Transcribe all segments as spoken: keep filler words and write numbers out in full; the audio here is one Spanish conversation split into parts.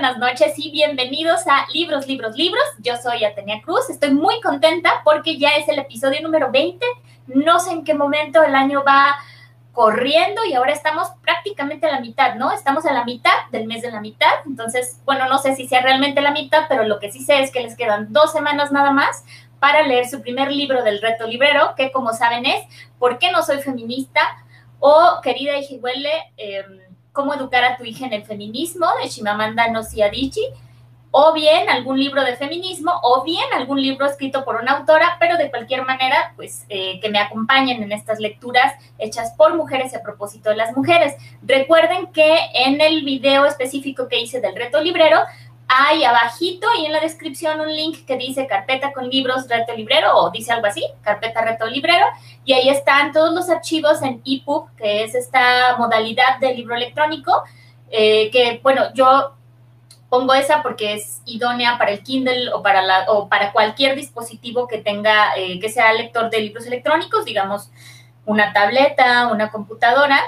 buenas noches y bienvenidos a Libros, Libros, Libros. Yo soy Atenia Cruz, estoy muy contenta porque ya es el episodio número veinte. No sé en qué momento el año va corriendo y ahora estamos prácticamente a la mitad, ¿no? Estamos a la mitad del mes de la mitad, entonces, bueno, no sé si sea realmente la mitad, pero lo que sí sé es que les quedan dos semanas nada más para leer su primer libro del Reto Librero, que como saben es ¿Por qué no soy feminista? O Querida Hijihuele, eh, Cómo educar a tu hija en el feminismo, de Chimamanda Ngozi Adichie, o bien algún libro de feminismo, o bien algún libro escrito por una autora, pero de cualquier manera, pues eh, que me acompañen en estas lecturas hechas por mujeres y a propósito de las mujeres. Recuerden que en el video específico que hice del Reto Librero, hay abajito y en la descripción un link que dice carpeta con libros Reto Librero, o dice algo así, carpeta Reto Librero, y ahí están todos los archivos en E P U B, que es esta modalidad de libro electrónico, eh, que, bueno, yo pongo esa porque es idónea para el Kindle o para, la, o para cualquier dispositivo que tenga, eh, que sea lector de libros electrónicos, digamos, una tableta, una computadora.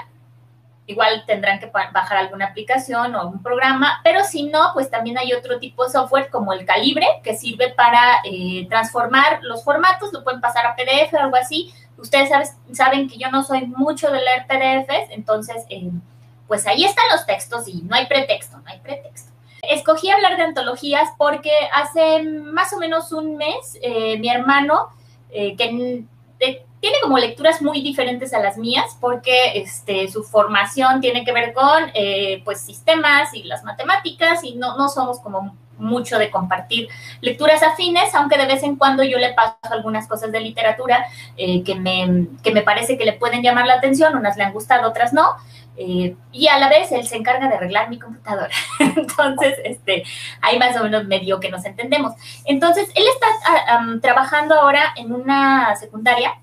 Igual tendrán que bajar alguna aplicación o un programa, pero si no, pues también hay otro tipo de software como el Calibre, que sirve para eh, transformar los formatos, lo pueden pasar a P D F o algo así. Ustedes sabes, saben que yo no soy mucho de leer P D Fs, entonces, eh, pues ahí están los textos y no hay pretexto, no hay pretexto. Escogí hablar de antologías porque hace más o menos un mes eh, mi hermano, eh, que de, tiene como lecturas muy diferentes a las mías porque este, su formación tiene que ver con eh, pues sistemas y las matemáticas y no, no somos como mucho de compartir lecturas afines, aunque de vez en cuando yo le paso algunas cosas de literatura eh, que, me, que me parece que le pueden llamar la atención, unas le han gustado, otras no. Eh, y a la vez él se encarga de arreglar mi computadora. Entonces, este, ahí más o menos medio que nos entendemos. Entonces, él está um, trabajando ahora en una secundaria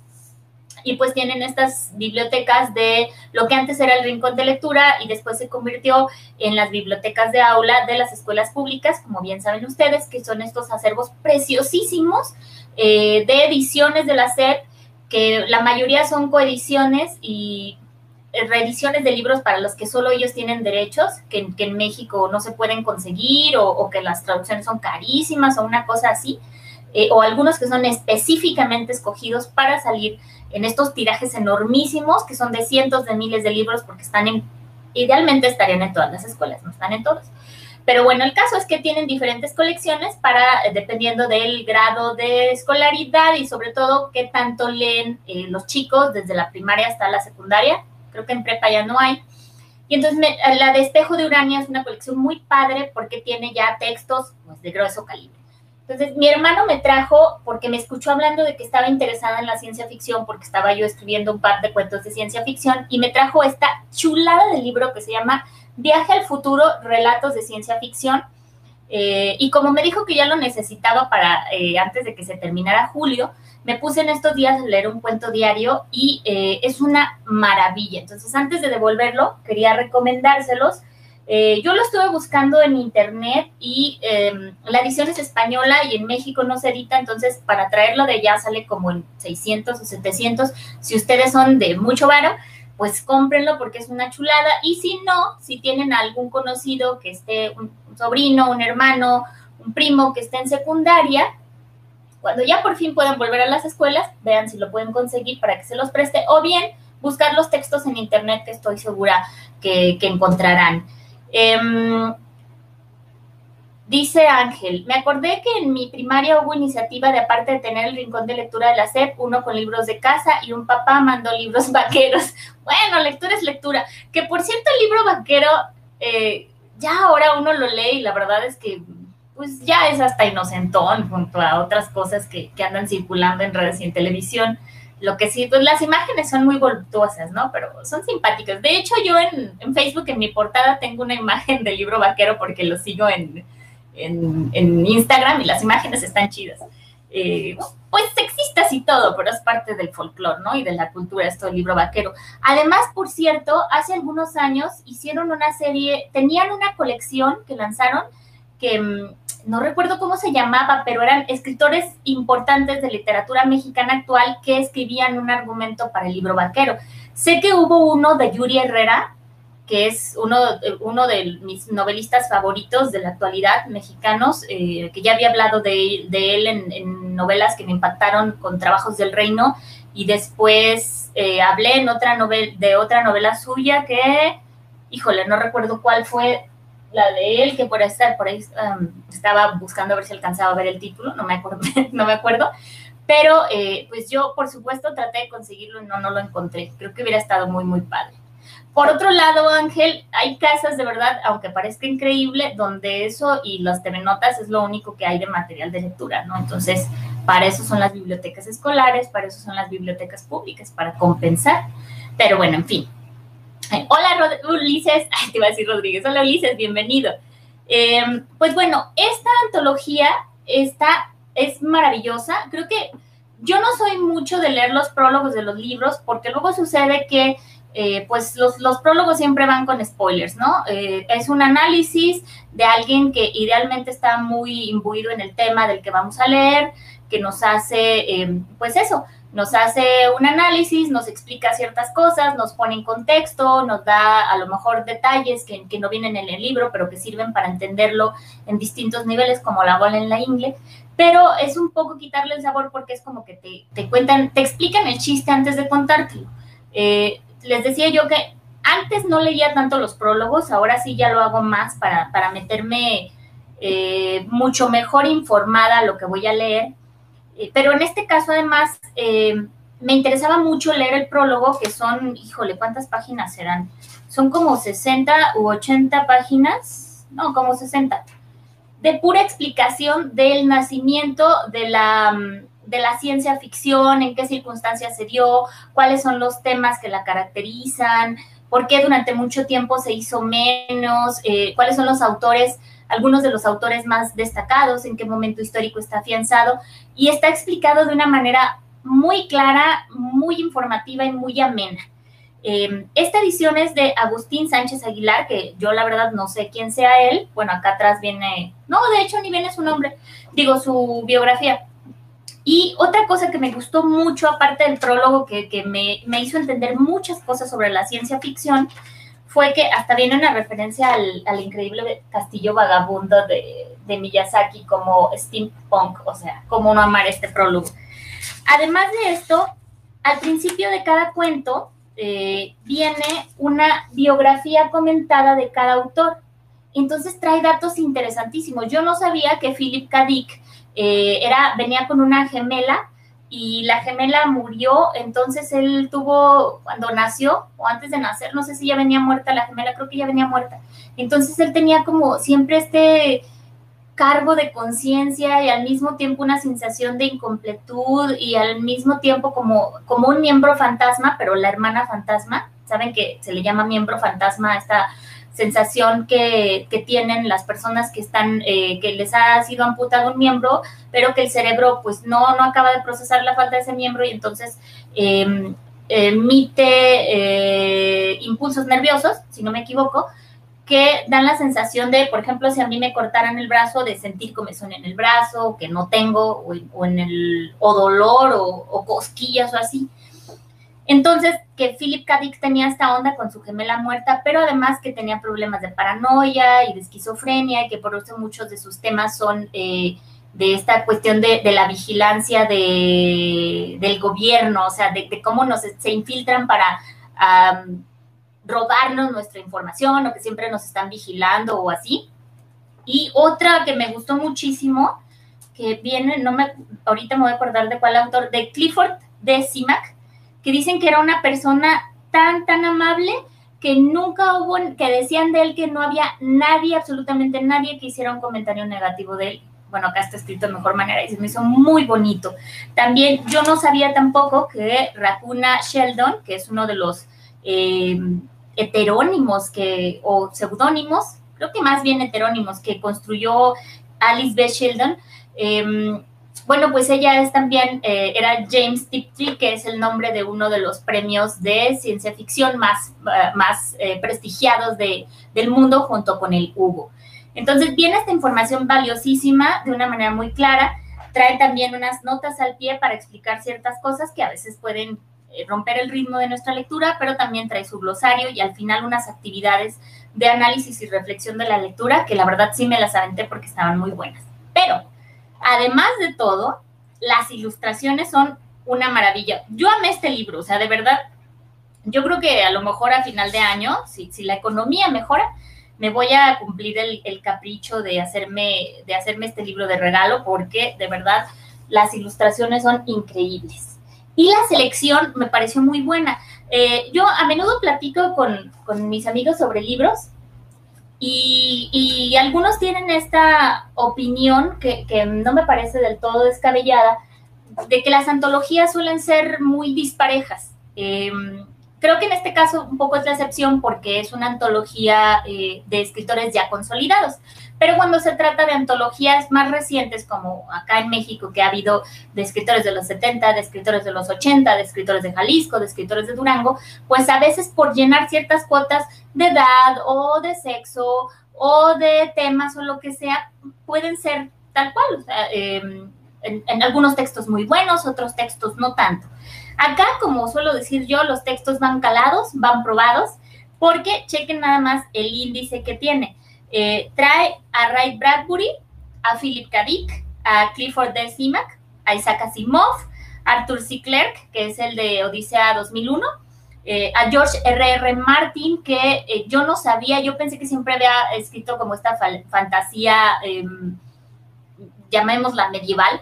y pues tienen estas bibliotecas de lo que antes era el rincón de lectura y después se convirtió en las bibliotecas de aula de las escuelas públicas, como bien saben ustedes, que son estos acervos preciosísimos eh, de ediciones de la S E P, que la mayoría son coediciones y reediciones de libros para los que solo ellos tienen derechos, que, que en México no se pueden conseguir o, o que las traducciones son carísimas o una cosa así, eh, o algunos que son específicamente escogidos para salir en estos tirajes enormísimos que son de cientos de miles de libros porque están en, idealmente estarían en todas las escuelas, no están en todas. Pero bueno, el caso es que tienen diferentes colecciones para, dependiendo del grado de escolaridad y sobre todo qué tanto leen eh, los chicos desde la primaria hasta la secundaria. Creo que en prepa ya no hay. Y entonces me, la de Espejo de Urania es una colección muy padre porque tiene ya textos pues, de grueso calibre. Entonces mi hermano me trajo, porque me escuchó hablando de que estaba interesada en la ciencia ficción, porque estaba yo escribiendo un par de cuentos de ciencia ficción, y me trajo esta chulada de libro que se llama Viaje al Futuro, Relatos de Ciencia Ficción. Eh, y como me dijo que ya lo necesitaba para eh, antes de que se terminara julio, me puse en estos días a leer un cuento diario y eh, es una maravilla. Entonces, antes de devolverlo, quería recomendárselos. Eh, yo lo estuve buscando en internet y eh, la edición es española y en México no se edita, entonces para traerlo de allá sale como en seiscientos o setecientos. Si ustedes son de mucho varo, pues cómprenlo porque es una chulada. Y si no, si tienen algún conocido que esté, un, un sobrino, un hermano, un primo que esté en secundaria, cuando ya por fin puedan volver a las escuelas, vean si lo pueden conseguir para que se los preste, o bien buscar los textos en internet que estoy segura que, que encontrarán. Eh, dice Ángel, me acordé que en mi primaria hubo iniciativa de, aparte de tener el rincón de lectura de la S E P, uno con libros de casa y un papá mandó libros vaqueros. Bueno, lectura es lectura. Que por cierto, el libro vaquero, eh, ya ahora uno lo lee y la verdad es que pues ya es hasta inocentón junto a otras cosas que, que andan circulando en redes y en televisión. Lo que sí, pues las imágenes son muy voluptuosas, ¿no? Pero son simpáticas. De hecho, yo en, en Facebook, en mi portada, tengo una imagen del libro vaquero porque lo sigo en, en, en Instagram y las imágenes están chidas. Eh, pues sexistas y todo, pero es parte del folclore, ¿no? Y de la cultura, esto del libro vaquero. Además, por cierto, hace algunos años hicieron una serie, tenían una colección que lanzaron que no recuerdo cómo se llamaba, pero eran escritores importantes de literatura mexicana actual que escribían un argumento para el libro vaquero. Sé que hubo uno de Yuri Herrera, que es uno, uno de mis novelistas favoritos de la actualidad, mexicanos, eh, que ya había hablado de, de él en, en novelas que me impactaron con Trabajos del Reino, y después eh, hablé en otra novel, de otra novela suya que, híjole, no recuerdo cuál fue la de él, que por ahí, por ahí um, estaba buscando a ver si alcanzaba a ver el título, no me acuerdo, no me acuerdo. Pero eh, pues yo, por supuesto, traté de conseguirlo y no, no lo encontré. Creo que hubiera estado muy, muy padre. Por otro lado, Ángel, hay casas de verdad, aunque parezca increíble, donde eso y las T V Notas es lo único que hay de material de lectura, ¿no? Entonces, para eso son las bibliotecas escolares, para eso son las bibliotecas públicas, para compensar. Pero bueno, en fin. Eh, hola, Rod Ulises. Ay, te iba a decir Rodríguez. Hola, Ulises, bienvenido. Eh, pues bueno, esta antología está, es maravillosa. Creo que yo no soy mucho de leer los prólogos de los libros, porque luego sucede que Eh, pues los, los prólogos siempre van con spoilers, ¿no? Eh, es un análisis de alguien que idealmente está muy imbuido en el tema del que vamos a leer, que nos hace, eh, pues eso, nos hace un análisis, nos explica ciertas cosas, nos pone en contexto, nos da a lo mejor detalles que, que no vienen en el libro, pero que sirven para entenderlo en distintos niveles, como la bola en la ingle. Pero es un poco quitarle el sabor, porque es como que te, te cuentan, te explican el chiste antes de contártelo. Eh, Les decía yo que antes no leía tanto los prólogos, ahora sí ya lo hago más para, para meterme eh, mucho mejor informada a lo que voy a leer. Eh, pero en este caso, además, eh, me interesaba mucho leer el prólogo, que son, híjole, ¿cuántas páginas serán? Son como sesenta u ochenta páginas, no, como sesenta, de pura explicación del nacimiento de la... de la ciencia ficción, en qué circunstancias se dio, cuáles son los temas que la caracterizan, por qué durante mucho tiempo se hizo menos, eh, cuáles son los autores, algunos de los autores más destacados, en qué momento histórico está afianzado, y está explicado de una manera muy clara, muy informativa y muy amena. Eh, esta edición es de Agustín Sánchez Aguilar, que yo la verdad no sé quién sea él. Bueno, acá atrás viene, no, de hecho ni viene su nombre, digo su biografía. Y otra cosa que me gustó mucho, aparte del prólogo que, que me, me hizo entender muchas cosas sobre la ciencia ficción, fue que hasta viene una referencia al, al increíble castillo vagabundo de, de Miyazaki como steampunk, o sea, cómo no amar este prólogo. Además de esto, al principio de cada cuento eh, viene una biografía comentada de cada autor. Entonces trae datos interesantísimos. Yo no sabía que Philip K. Dick Eh, era, venía con una gemela y la gemela murió, entonces él tuvo, cuando nació o antes de nacer, no sé si ya venía muerta la gemela, creo que ya venía muerta, entonces él tenía como siempre este cargo de conciencia y al mismo tiempo una sensación de incompletud y al mismo tiempo como, como un miembro fantasma, pero la hermana fantasma, saben que se le llama miembro fantasma a esta sensación que, que tienen las personas que están, eh, que les ha sido amputado un miembro, pero que el cerebro pues no, no acaba de procesar la falta de ese miembro y entonces eh, emite eh, impulsos nerviosos, si no me equivoco, que dan la sensación de, por ejemplo, si a mí me cortaran el brazo, de sentir comezón en el brazo, que no tengo, o, o en el, o dolor, o, o cosquillas o así. Entonces, que Philip K. Dick tenía esta onda con su gemela muerta, pero además que tenía problemas de paranoia y de esquizofrenia, y que por eso muchos de sus temas son eh, de esta cuestión de, de la vigilancia de, del gobierno, o sea, de, de cómo nos se infiltran para um, robarnos nuestra información, o que siempre nos están vigilando o así. Y otra que me gustó muchísimo, que viene, no me, ahorita me voy a acordar de cuál autor, de Clifford D. Simak, que dicen que era una persona tan, tan amable que nunca hubo, que decían de él que no había nadie, absolutamente nadie, que hiciera un comentario negativo de él. Bueno, acá está escrito de mejor manera y se me hizo muy bonito. También yo no sabía tampoco que Raccoona Sheldon, que es uno de los eh, heterónimos que, o seudónimos, creo que más bien heterónimos, que construyó Alice B. Sheldon, eh, bueno, pues ella es también, eh, era James Tiptree, que es el nombre de uno de los premios de ciencia ficción más, uh, más eh, prestigiados de, del mundo, junto con el Hugo. Entonces viene esta información valiosísima de una manera muy clara, trae también unas notas al pie para explicar ciertas cosas que a veces pueden eh, romper el ritmo de nuestra lectura, pero también trae su glosario y al final unas actividades de análisis y reflexión de la lectura, que la verdad sí me las aventé porque estaban muy buenas. Pero, además de todo, las ilustraciones son una maravilla. Yo amé este libro, o sea, de verdad, yo creo que a lo mejor a final de año, si, si la economía mejora, me voy a cumplir el, el capricho de hacerme, de hacerme este libro de regalo, porque de verdad las ilustraciones son increíbles. Y la selección me pareció muy buena. Eh, yo a menudo platico con, con mis amigos sobre libros y, y algunos tienen esta opinión que, que no me parece del todo descabellada, de que las antologías suelen ser muy disparejas. Eh, creo que en este caso un poco es la excepción porque es una antología eh, de escritores ya consolidados. Pero cuando se trata de antologías más recientes, como acá en México, que ha habido de escritores de los setenta, de escritores de los ochenta, de escritores de Jalisco, de escritores de Durango, pues a veces por llenar ciertas cuotas de edad o de sexo o de temas o lo que sea, pueden ser tal cual. O sea, eh, en, en algunos textos muy buenos, otros textos no tanto. Acá, como suelo decir yo, los textos van calados, van probados, porque chequen nada más el índice que tiene. Eh, trae a Ray Bradbury, a Philip K. Dick, a Clifford D. Simak, a Isaac Asimov, a Arthur C. Clarke, que es el de Odisea dos mil uno, eh, a George R R. Martin, que eh, yo no sabía, yo pensé que siempre había escrito como esta fa fantasía, eh, llamémosla medieval,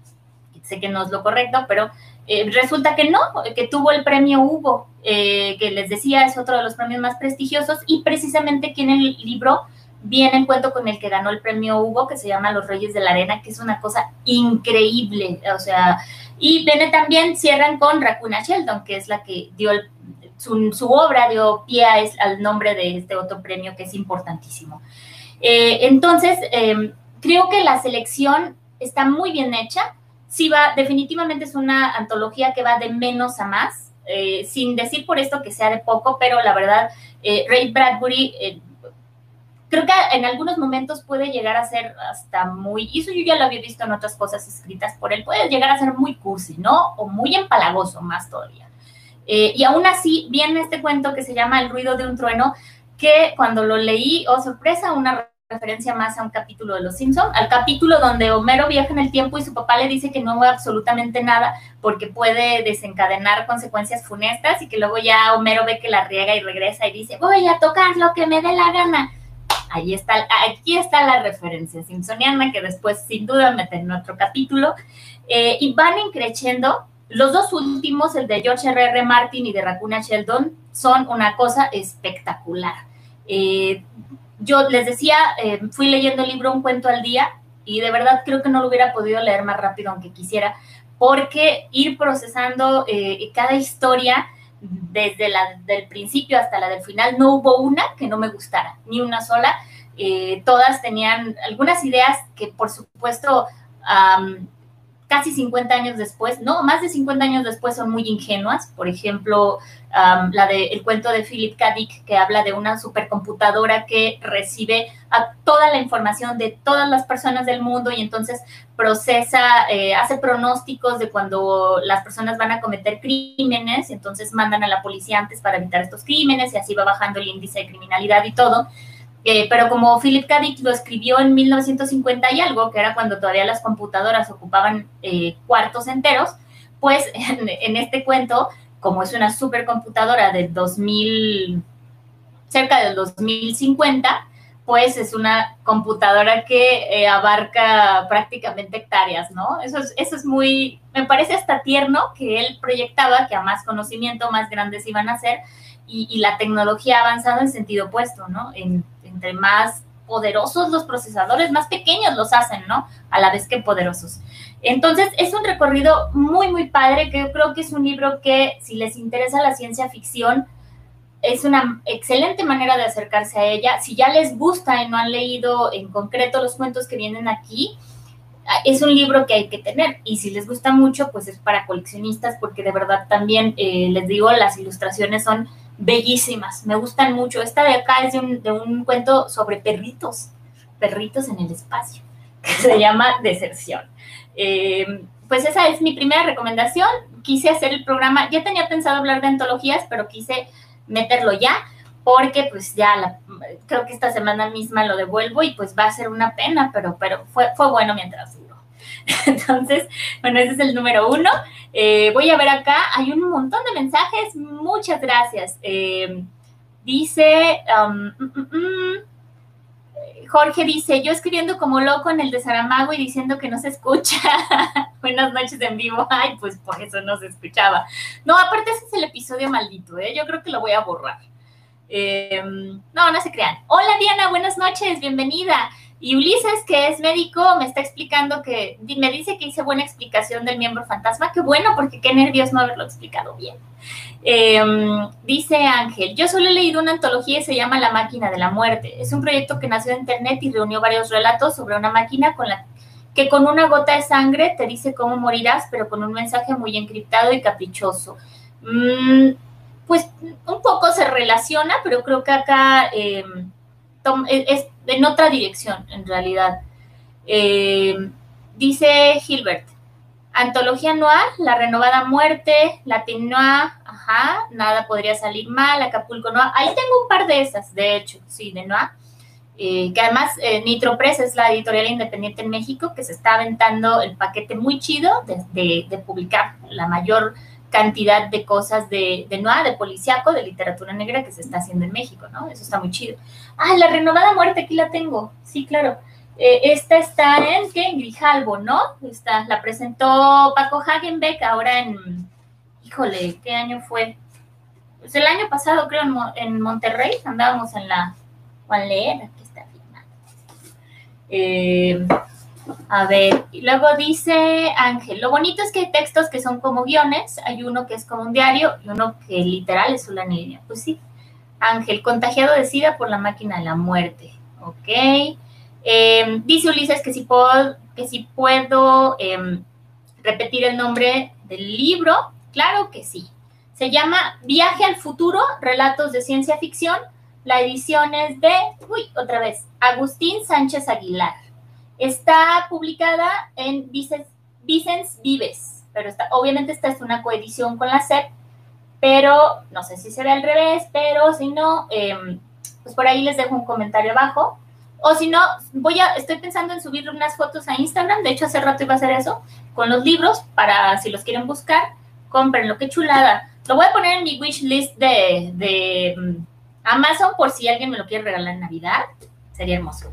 sé que no es lo correcto, pero eh, resulta que no, que tuvo el premio Hugo, eh, que les decía es otro de los premios más prestigiosos, y precisamente aquí en el libro viene el cuento con el que ganó el premio Hugo, que se llama Los Reyes de la Arena, que es una cosa increíble, o sea, y viene también, cierran con Raccoon Sheldon, que es la que dio el, su, su obra dio pie a, es, al nombre de este otro premio que es importantísimo. Eh, entonces, eh, creo que la selección está muy bien hecha. Sí va, definitivamente es una antología que va de menos a más, eh, sin decir por esto que sea de poco, pero la verdad, eh, Ray Bradbury, eh, creo que en algunos momentos puede llegar a ser hasta muy, y eso yo ya lo había visto en otras cosas escritas por él, puede llegar a ser muy cursi, ¿no? O muy empalagoso más todavía. Eh, y aún así, viene este cuento que se llama El ruido de un trueno, que cuando lo leí, oh sorpresa, una referencia más a un capítulo de Los Simpson, al capítulo donde Homero viaja en el tiempo y su papá le dice que no ve absolutamente nada porque puede desencadenar consecuencias funestas, y que luego ya Homero ve que la riega y regresa y dice, voy a tocar lo que me dé la gana. Ahí está, aquí está la referencia simpsoniana, que después sin duda meten en otro capítulo, eh, y van increciendo. Los dos últimos, el de George R R. Martin y de Raccoon Sheldon, son una cosa espectacular. Eh, yo les decía, eh, fui leyendo el libro un cuento al día, y de verdad creo que no lo hubiera podido leer más rápido aunque quisiera, porque ir procesando eh, cada historia desde la del principio hasta la del final, no hubo una que no me gustara, ni una sola. Eh, todas tenían algunas ideas que, por supuesto, um, casi cincuenta años después, no, más de cincuenta años después, son muy ingenuas. Por ejemplo, um, la de, el cuento de Philip K. Dick, que habla de una supercomputadora que recibe a toda la información de todas las personas del mundo y entonces procesa, eh, hace pronósticos de cuando las personas van a cometer crímenes, entonces mandan a la policía antes para evitar estos crímenes, y así va bajando el índice de criminalidad y todo. Eh, pero como Philip K. Dick lo escribió en mil novecientos cincuenta y algo, que era cuando todavía las computadoras ocupaban eh, cuartos enteros, pues en, en este cuento, como es una supercomputadora de dos mil, cerca del dos mil cincuenta, pues es una computadora que eh, abarca prácticamente hectáreas, ¿no? Eso es, eso es muy, me parece hasta tierno que él proyectaba que a más conocimiento, más grandes iban a ser, y, y la tecnología ha avanzado en sentido opuesto, ¿no? En, entre más poderosos los procesadores, más pequeños los hacen, ¿no? A la vez que poderosos. Entonces, es un recorrido muy, muy padre, que yo creo que es un libro que, si les interesa la ciencia ficción, es una excelente manera de acercarse a ella. Si ya les gusta y no han leído en concreto los cuentos que vienen aquí, es un libro que hay que tener. Y si les gusta mucho, pues es para coleccionistas, porque de verdad también, eh, les digo, las ilustraciones son bellísimas, me gustan mucho. Esta de acá es de un, de un cuento sobre perritos, perritos en el espacio, que se llama Deserción. Eh, pues esa es mi primera recomendación. quise hacer el programa, ya tenía pensado hablar de antologías, pero quise meterlo ya, porque pues ya la, creo que esta semana misma lo devuelvo y pues va a ser una pena, pero, pero fue, fue bueno mientras duró. Entonces, bueno, ese es el número uno. Eh, voy a ver acá, hay un montón de mensajes, muchas gracias. Eh, dice, um, mm, mm, mm, Jorge dice, yo escribiendo como loco en el de Saramago y diciendo que no se escucha. Buenas noches en vivo. Ay, pues por eso no se escuchaba. No, aparte ese es el episodio maldito, ¿eh? Yo creo que lo voy a borrar. Eh, no, no se crean. Hola Diana, buenas noches, bienvenida. Y Ulises, que es médico, me está explicando que, me dice que hice buena explicación del miembro fantasma. Qué bueno, porque qué nervios no haberlo explicado bien. Eh, dice Ángel, yo solo he leído una antología y se llama La máquina de la muerte. Es un proyecto que nació de internet y reunió varios relatos sobre una máquina con la que con una gota de sangre te dice cómo morirás, pero con un mensaje muy encriptado y caprichoso. Mm, pues un poco se relaciona, pero creo que acá eh, es en otra dirección, en realidad. Eh, dice Gilbert, antología noir, La renovada muerte, Latin noir, ajá, nada podría salir mal, Acapulco noir. Ahí tengo un par de esas, de hecho, sí, de noir. Eh, que además eh, Nitro Press es la editorial independiente en México que se está aventando el paquete muy chido de, de, de publicar la mayor cantidad de cosas de, de noir, de policíaco, de literatura negra que se está haciendo en México, ¿no? Eso está muy chido. Ah, La renovada muerte, aquí la tengo, sí, claro. Eh, esta está en, ¿qué? En Grijalbo, ¿no? Esta, la presentó Paco Hagenbeck ahora en, híjole, ¿qué año fue? Pues el año pasado, creo, en, en Monterrey, andábamos en la Juan Leer, aquí está firmado. Eh, a ver, y luego dice Ángel, lo bonito es que hay textos que son como guiones, hay uno que es como un diario y uno que literal es una línea. Pues sí, Ángel, contagiado de SIDA por la máquina de la muerte. Ok. Eh, dice Ulises que si puedo, que si puedo eh, repetir el nombre del libro. Claro que sí. Se llama Viaje al futuro, relatos de ciencia ficción. La edición es de, uy, otra vez, Agustín Sánchez Aguilar. Está publicada en Vicens, Vicens Vives, pero está, obviamente esta es una coedición con la S E P, pero no sé si se ve al revés, pero si no, eh, pues por ahí les dejo un comentario abajo. O si no, voy a, estoy pensando en subir unas fotos a Instagram, de hecho hace rato iba a hacer eso, con los libros, para si los quieren buscar, cómprenlo, qué chulada. Lo voy a poner en mi wish list de, de um, Amazon por si alguien me lo quiere regalar en Navidad, sería hermoso.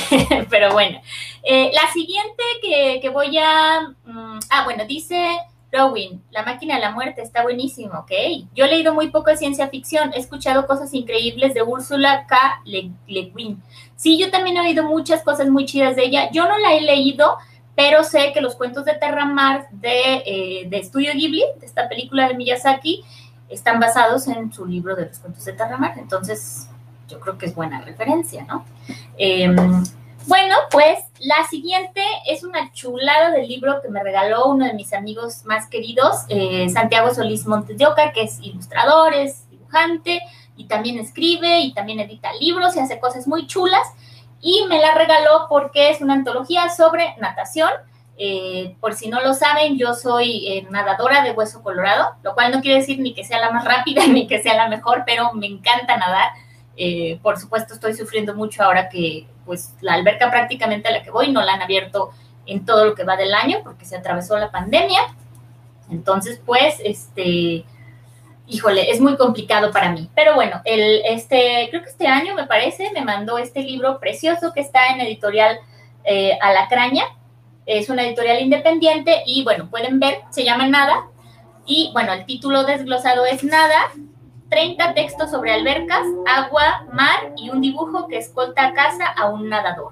Pero bueno, eh, la siguiente que, que voy a, um, ah, bueno, dice Rowin, La máquina de la muerte, está buenísimo, ok. Yo he leído muy poco de ciencia ficción, he escuchado cosas increíbles de Úrsula K. Le, Le Guin. Sí, yo también he oído muchas cosas muy chidas de ella. Yo no la he leído, pero sé que los cuentos de Terramar de, eh, de Estudio Ghibli, de esta película de Miyazaki, están basados en su libro de los cuentos de Terramar. Entonces, yo creo que es buena referencia, ¿no? Eh, bueno, pues la siguiente es una chulada del libro que me regaló uno de mis amigos más queridos, eh, Santiago Solís Montes de Oca, que es ilustrador, es dibujante, y también escribe y también edita libros y hace cosas muy chulas, y me la regaló porque es una antología sobre natación. Eh, por si no lo saben, yo soy eh, nadadora de hueso colorado, lo cual no quiere decir ni que sea la más rápida ni que sea la mejor, pero me encanta nadar. Eh, por supuesto estoy sufriendo mucho ahora que pues la alberca prácticamente a la que voy no la han abierto en todo lo que va del año porque se atravesó la pandemia. Entonces pues este... híjole, es muy complicado para mí. Pero bueno, el, este, creo que este año, me parece, me mandó este libro precioso que está en editorial eh, Alacraña. Es una editorial independiente y, bueno, pueden ver, se llama Nada. Y, bueno, el título desglosado es Nada, treinta textos sobre albercas, agua, mar y un dibujo que escolta a casa a un nadador.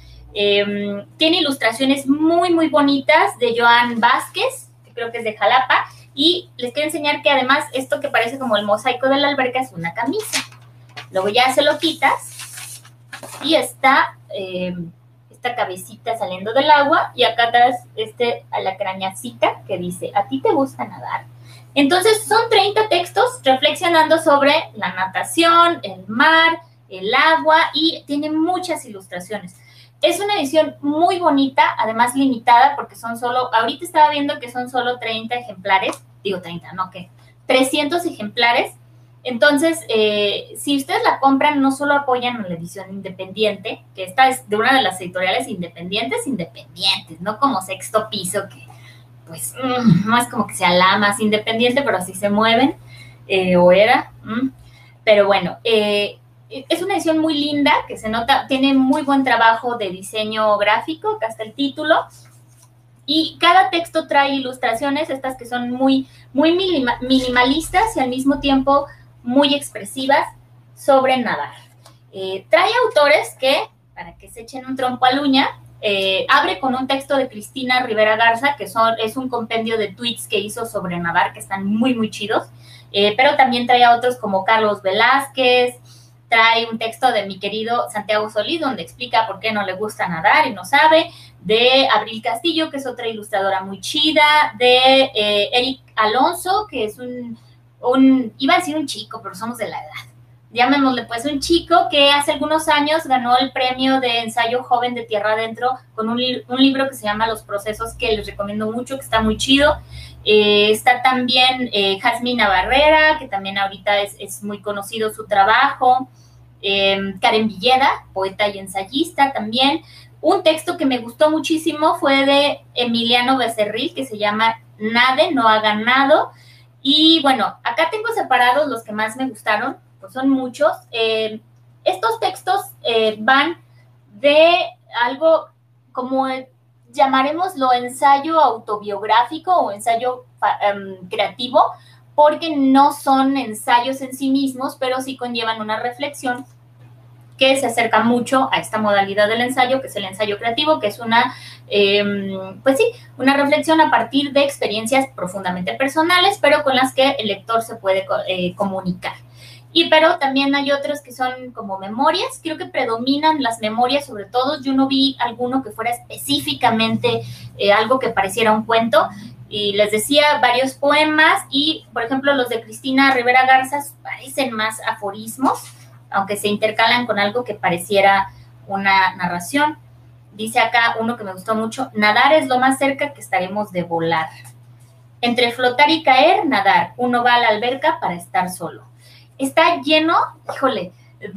Eh, tiene ilustraciones muy, muy bonitas de Joan Vázquez, que creo que es de Jalapa. Y les quiero enseñar que además esto que parece como el mosaico de la alberca es una camisa. Luego ya se lo quitas y está eh, esta cabecita saliendo del agua y acá atrás este alacrañacita que dice, ¿a ti te gusta nadar? Entonces son treinta textos reflexionando sobre la natación, el mar, el agua y tiene muchas ilustraciones. Es una edición muy bonita, además limitada, porque son solo, ahorita estaba viendo que son solo treinta ejemplares. digo treinta, no, ¿qué? trescientos ejemplares. Entonces, eh, si ustedes la compran, no solo apoyan a la edición independiente, que esta es de una de las editoriales independientes, independientes, no como Sexto Piso, que pues mm, no es como que sea la más independiente, pero así se mueven, eh, o era. Mm. Pero bueno, eh, es una edición muy linda, que se nota, tiene muy buen trabajo de diseño gráfico, que hasta el título, y cada texto trae ilustraciones, estas que son muy, muy minima, minimalistas y al mismo tiempo muy expresivas sobre nadar. Eh, trae autores que, para que se echen un trompo al uña, eh, abre con un texto de Cristina Rivera Garza, que son, es un compendio de tweets que hizo sobre nadar, que están muy, muy chidos, eh, pero también trae a otros como Carlos Velázquez, trae un texto de mi querido Santiago Solís, donde explica por qué no le gusta nadar y no sabe, de Abril Castillo, que es otra ilustradora muy chida, de eh, Eric Alonso, que es un, un, iba a decir un chico, pero somos de la edad, llamémosle pues un chico que hace algunos años ganó el premio de ensayo joven de Tierra Adentro con un, li un libro que se llama Los Procesos, que les recomiendo mucho, que está muy chido. Eh, está también eh, Jasmina Barrera, que también ahorita es, es muy conocido su trabajo. Eh, Karen Villeda, poeta y ensayista también. Un texto que me gustó muchísimo fue de Emiliano Becerril, que se llama Nade, no ha ganado. Y bueno, acá tengo separados los que más me gustaron, pues son muchos. Eh, estos textos eh, van de algo como el, llamaremoslo ensayo autobiográfico o ensayo um, creativo, porque no son ensayos en sí mismos, pero sí conllevan una reflexión que se acerca mucho a esta modalidad del ensayo, que es el ensayo creativo, que es una, eh, pues sí, una reflexión a partir de experiencias profundamente personales, pero con las que el lector se puede eh, comunicar. Y pero también hay otros que son como memorias, creo que predominan las memorias sobre todo. Yo no vi alguno que fuera específicamente eh, algo que pareciera un cuento, y les decía varios poemas, y por ejemplo los de Cristina Rivera Garza parecen más aforismos, aunque se intercalan con algo que pareciera una narración. Dice acá uno que me gustó mucho: nadar es lo más cerca que estaremos de volar. Entre flotar y caer, nadar. Uno va a la alberca para estar solo. Está lleno, híjole,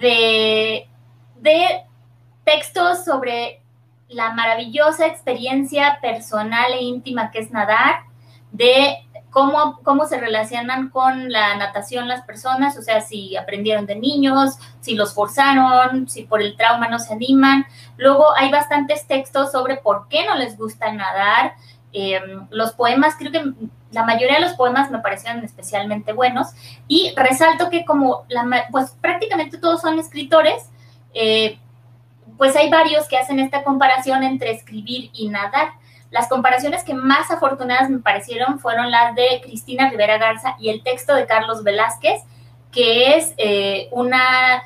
de, de textos sobre la maravillosa experiencia personal e íntima que es nadar, de cómo, cómo se relacionan con la natación las personas, o sea, si aprendieron de niños, si los forzaron, si por el trauma no se animan. Luego hay bastantes textos sobre por qué no les gusta nadar. Eh, los poemas, creo que la mayoría de los poemas me parecieron especialmente buenos, y resalto que como la, pues prácticamente todos son escritores, eh, pues hay varios que hacen esta comparación entre escribir y nadar. Las comparaciones que más afortunadas me parecieron fueron las de Cristina Rivera Garza y el texto de Carlos Velázquez, que es eh, una,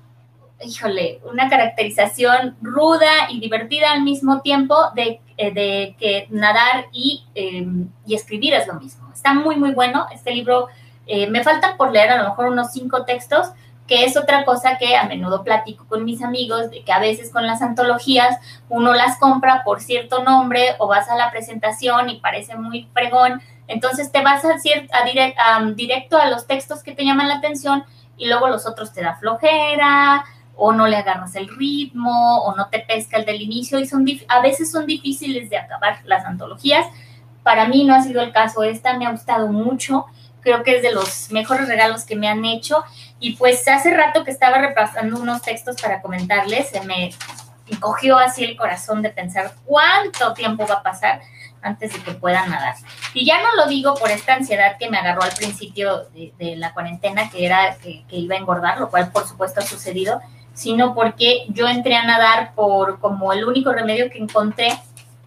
híjole, una caracterización ruda y divertida al mismo tiempo de, eh, de que nadar y, eh, y escribir es lo mismo. Está muy, muy bueno este libro. Eh, me faltan por leer a lo mejor unos cinco textos, que es otra cosa que a menudo platico con mis amigos, de que a veces con las antologías uno las compra por cierto nombre, o vas a la presentación y parece muy fregón, entonces te vas a, a, direct, a directo a los textos que te llaman la atención, y luego los otros te da flojera, o no le agarras el ritmo, o no te pesca el del inicio, y son a veces son difíciles de acabar las antologías. Para mí no ha sido el caso. Esta me ha gustado mucho, creo que es de los mejores regalos que me han hecho. Y pues hace rato que estaba repasando unos textos para comentarles, se me cogió así el corazón de pensar cuánto tiempo va a pasar antes de que pueda nadar. Y ya no lo digo por esta ansiedad que me agarró al principio de, de la cuarentena, que era que, que iba a engordar, lo cual por supuesto ha sucedido, sino porque yo entré a nadar por como el único remedio que encontré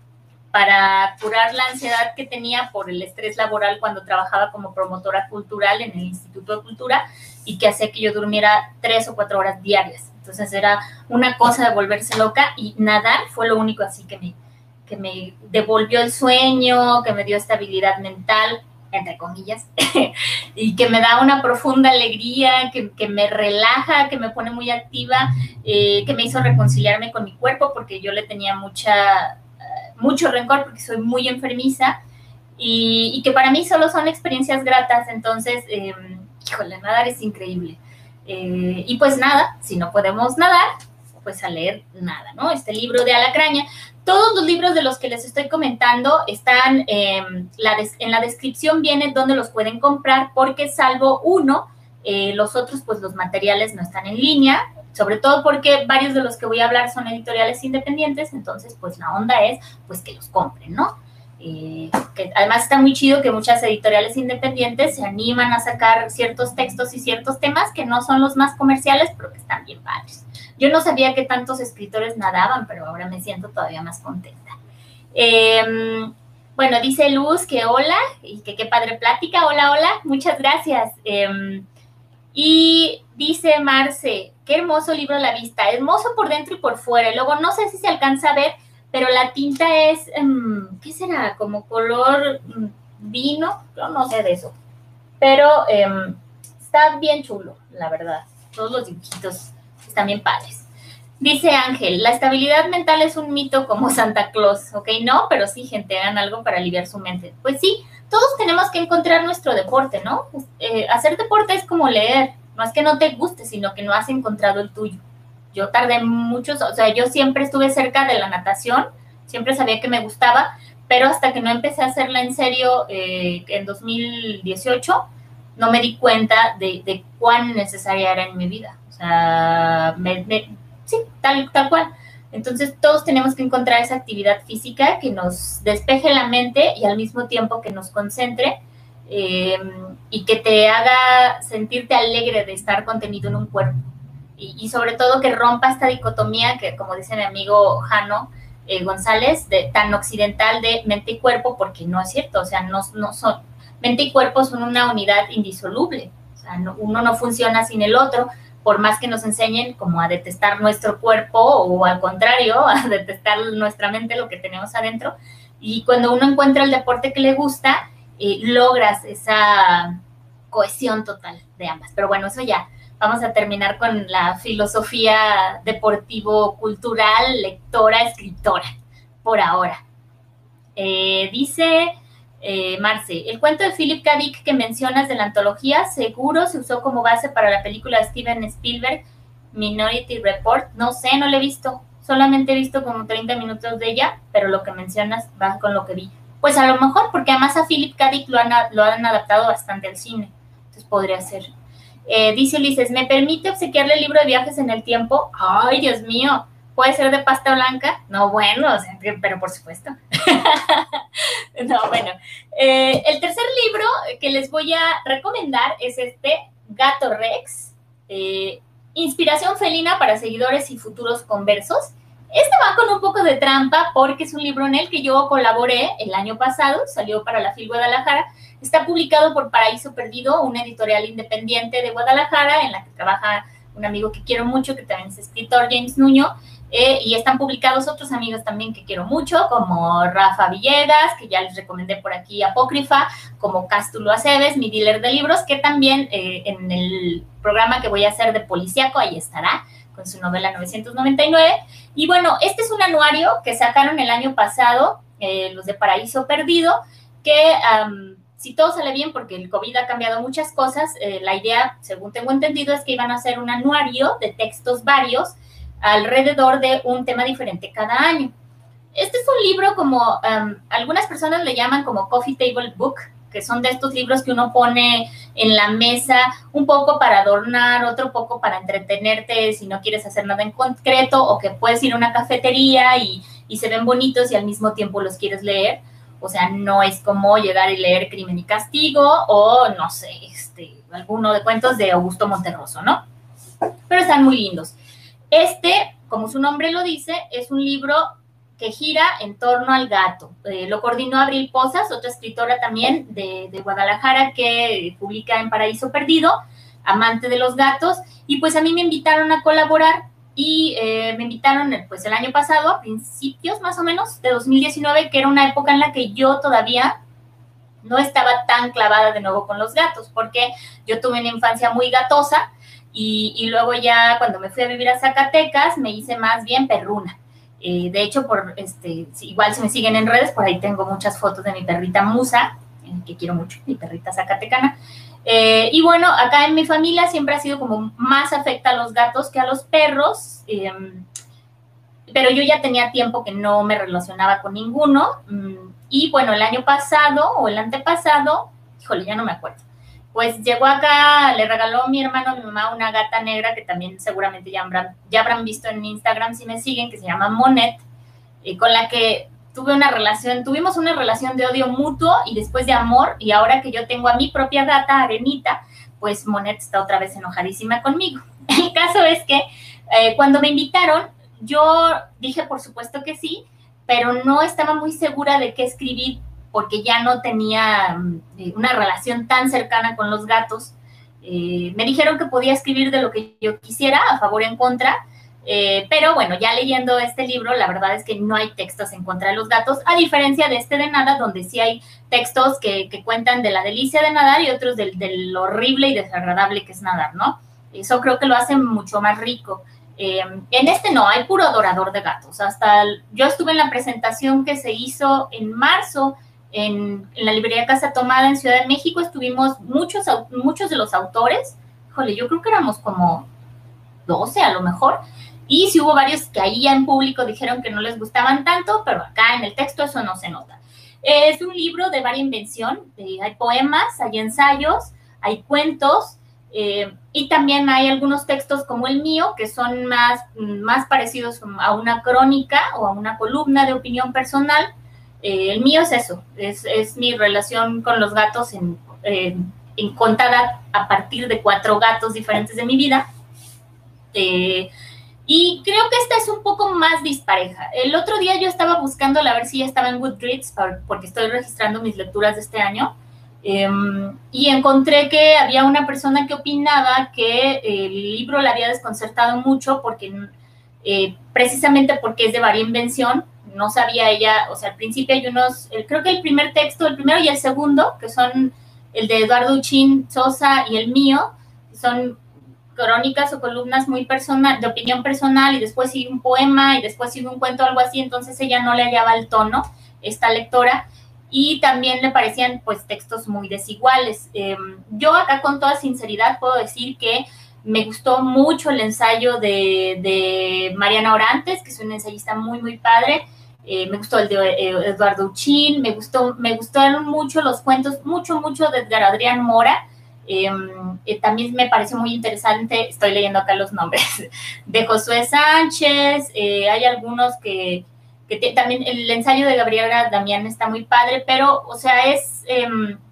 para curar la ansiedad que tenía por el estrés laboral cuando trabajaba como promotora cultural en el Instituto de Cultura, y que hacía que yo durmiera tres o cuatro horas diarias. Entonces era una cosa de volverse loca, y nadar fue lo único así que me, que me devolvió el sueño, que me dio estabilidad mental, entre comillas, y que me da una profunda alegría, que, que me relaja, que me pone muy activa, eh, que me hizo reconciliarme con mi cuerpo, porque yo le tenía mucha... mucho rencor porque soy muy enfermiza, y, y que para mí solo son experiencias gratas. Entonces, eh, híjole, nadar es increíble. Eh, y pues nada, si no podemos nadar, pues a leer nada, ¿no? Este libro de Alacraña. Todos los libros de los que les estoy comentando están, eh, la des- en la descripción viene donde los pueden comprar, porque salvo uno, eh, los otros, pues los materiales no están en línea, sobre todo porque varios de los que voy a hablar son editoriales independientes, entonces pues la onda es pues que los compren, ¿no? Eh, que además está muy chido que muchas editoriales independientes se animan a sacar ciertos textos y ciertos temas que no son los más comerciales, pero que están bien padres. Yo no sabía que tantos escritores nadaban, pero ahora me siento todavía más contenta. Eh, bueno, dice Luz que hola y que qué padre plática. Hola, hola, muchas gracias. Eh, y dice Marce, qué hermoso libro La Vista, hermoso por dentro y por fuera. Y luego no sé si se alcanza a ver, pero la tinta es, um, ¿qué será? Como color um, vino, yo no sé de eso. Pero um, está bien chulo, la verdad. Todos los dibujitos están bien padres. Dice Ángel, la estabilidad mental es un mito como Santa Claus, ¿ok? No, pero sí, gente, hagan algo para aliviar su mente. Pues sí, todos tenemos que encontrar nuestro deporte, ¿no? Eh, hacer deporte es como leer, no es que no te guste, sino que no has encontrado el tuyo. Yo tardé muchos, o sea, yo siempre estuve cerca de la natación, siempre sabía que me gustaba, pero hasta que no empecé a hacerla en serio eh, en dos mil dieciocho, no me di cuenta de, de cuán necesaria era en mi vida. O sea, me, me, sí, tal, tal cual. Entonces todos tenemos que encontrar esa actividad física que nos despeje la mente y al mismo tiempo que nos concentre eh, y que te haga sentirte alegre de estar contenido en un cuerpo. Y, y sobre todo que rompa esta dicotomía que, como dice mi amigo Jano eh, González, de, tan occidental de mente y cuerpo, porque no es cierto, o sea, no, no son, mente y cuerpo son una unidad indisoluble, o sea, no, uno no funciona sin el otro, por más que nos enseñen como a detestar nuestro cuerpo o al contrario, a detestar nuestra mente, lo que tenemos adentro. Y cuando uno encuentra el deporte que le gusta, eh, logras esa cohesión total de ambas. Pero bueno, eso ya, vamos a terminar con la filosofía deportivo-cultural, lectora, escritora, por ahora. Eh, dice... Eh, Marce, el cuento de Philip K. Dick que mencionas de la antología seguro se usó como base para la película de Steven Spielberg, Minority Report. No sé, no la he visto. Solamente he visto como treinta minutos de ella, pero lo que mencionas va con lo que vi. Pues a lo mejor, porque además a Philip K. Dick lo han, lo han adaptado bastante al cine. Entonces podría ser. Eh, dice Ulises, ¿me permite obsequiarle el libro de viajes en el tiempo? Ay, Dios mío. ¿Puede ser de pasta blanca? No, bueno, o sea, pero por supuesto. No, bueno. Eh, el tercer libro que les voy a recomendar es este, Gato Rex, eh, Inspiración felina para seguidores y futuros conversos. Este va con un poco de trampa porque es un libro en el que yo colaboré el año pasado, salió para la FIL Guadalajara, está publicado por Paraíso Perdido, una editorial independiente de Guadalajara en la que trabaja un amigo que quiero mucho, que también es escritor, James Nuño. Eh, y están publicados otros amigos también que quiero mucho, como Rafa Villegas, que ya les recomendé por aquí, Apócrifa, como Cástulo Aceves, mi dealer de libros, que también eh, en el programa que voy a hacer de Policíaco, ahí estará, con su novela novecientos noventa y nueve. Y bueno, este es un anuario que sacaron el año pasado, eh, los de Paraíso Perdido, que um, si todo sale bien, porque el COVID ha cambiado muchas cosas, eh, la idea, según tengo entendido, es que iban a hacer un anuario de textos varios, alrededor de un tema diferente cada año. Este es un libro como, um, algunas personas le llaman como coffee table book, que son de estos libros que uno pone en la mesa, un poco para adornar, otro poco para entretenerte si no quieres hacer nada en concreto, o que puedes ir a una cafetería y, y se ven bonitos y al mismo tiempo los quieres leer. O sea, no es como llegar y leer Crimen y Castigo o, no sé, este, alguno de cuentos de Augusto Monterroso, ¿no? Pero están muy lindos. Este, como su nombre lo dice, es un libro que gira en torno al gato. Eh, lo coordinó Abril Pozas, otra escritora también de, de Guadalajara que publica en Paraíso Perdido, amante de los gatos, y pues a mí me invitaron a colaborar y eh, me invitaron pues el año pasado, a principios más o menos de dos mil diecinueve, que era una época en la que yo todavía no estaba tan clavada de nuevo con los gatos, porque yo tuve una infancia muy gatosa, Y, y luego ya cuando me fui a vivir a Zacatecas me hice más bien perruna. Eh, de hecho, por este, igual si me siguen en redes, por ahí tengo muchas fotos de mi perrita Musa, eh, que quiero mucho, mi perrita zacatecana. Eh, y bueno, acá en mi familia siempre ha sido como más afecta a los gatos que a los perros, eh, pero yo ya tenía tiempo que no me relacionaba con ninguno. Y bueno, el año pasado o el antepasado, híjole, ya no me acuerdo, pues llegó acá, le regaló a mi hermano, a mi mamá, una gata negra que también seguramente ya habrán, ya habrán visto en Instagram si me siguen, que se llama Monet, eh, con la que tuve una relación, tuvimos una relación de odio mutuo y después de amor, y ahora que yo tengo a mi propia gata, Arenita, pues Monet está otra vez enojadísima conmigo. El caso es que eh, cuando me invitaron, yo dije por supuesto que sí, pero no estaba muy segura de qué escribir porque ya no tenía eh, una relación tan cercana con los gatos. Eh, me dijeron que podía escribir de lo que yo quisiera, a favor o en contra, eh, pero bueno, ya leyendo este libro, la verdad es que no hay textos en contra de los gatos, a diferencia de este de nada, donde sí hay textos que, que cuentan de la delicia de nadar y otros del, del horrible y desagradable que es nadar, ¿no? Eso creo que lo hace mucho más rico. Eh, en este no, hay puro adorador de gatos. Hasta el, yo estuve en la presentación que se hizo en marzo en, en la librería Casa Tomada en Ciudad de México. Estuvimos muchos, muchos de los autores. Híjole, yo creo que éramos como doce a lo mejor. Y sí hubo varios que ahí ya en público dijeron que no les gustaban tanto, pero acá en el texto eso no se nota. Es un libro de varia invención. Eh, hay poemas, hay ensayos, hay cuentos. Eh, y también hay algunos textos como el mío que son más, más parecidos a una crónica o a una columna de opinión personal. Eh, el mío es eso, es, es mi relación con los gatos en, eh, en contada a partir de cuatro gatos diferentes de mi vida. Eh, y creo que esta es un poco más dispareja. El otro día yo estaba buscando a ver si ya estaba en Goodreads porque estoy registrando mis lecturas de este año. Eh, y encontré que había una persona que opinaba que el libro la había desconcertado mucho porque eh, precisamente porque es de varia invención, no sabía ella, o sea, al principio hay unos, el, creo que el primer texto, el primero y el segundo, que son el de Eduardo Uchín Sosa y el mío, son crónicas o columnas muy personal, de opinión personal, y después sigue un poema y después sigue un cuento, algo así, entonces ella no le hallaba el tono, esta lectora, y también le parecían pues textos muy desiguales. Eh, yo acá con toda sinceridad puedo decir que me gustó mucho el ensayo de, de Mariana Orantes, que es una ensayista muy, muy padre. Eh, me gustó el de eh, Eduardo Uchín, me gustó, me gustaron mucho los cuentos, mucho, mucho de Edgar Adrián Mora. Eh, eh, también me pareció muy interesante, estoy leyendo acá los nombres, de Josué Sánchez, eh, hay algunos que que te, también el ensayo de Gabriela Damián está muy padre, pero, o sea, es, eh,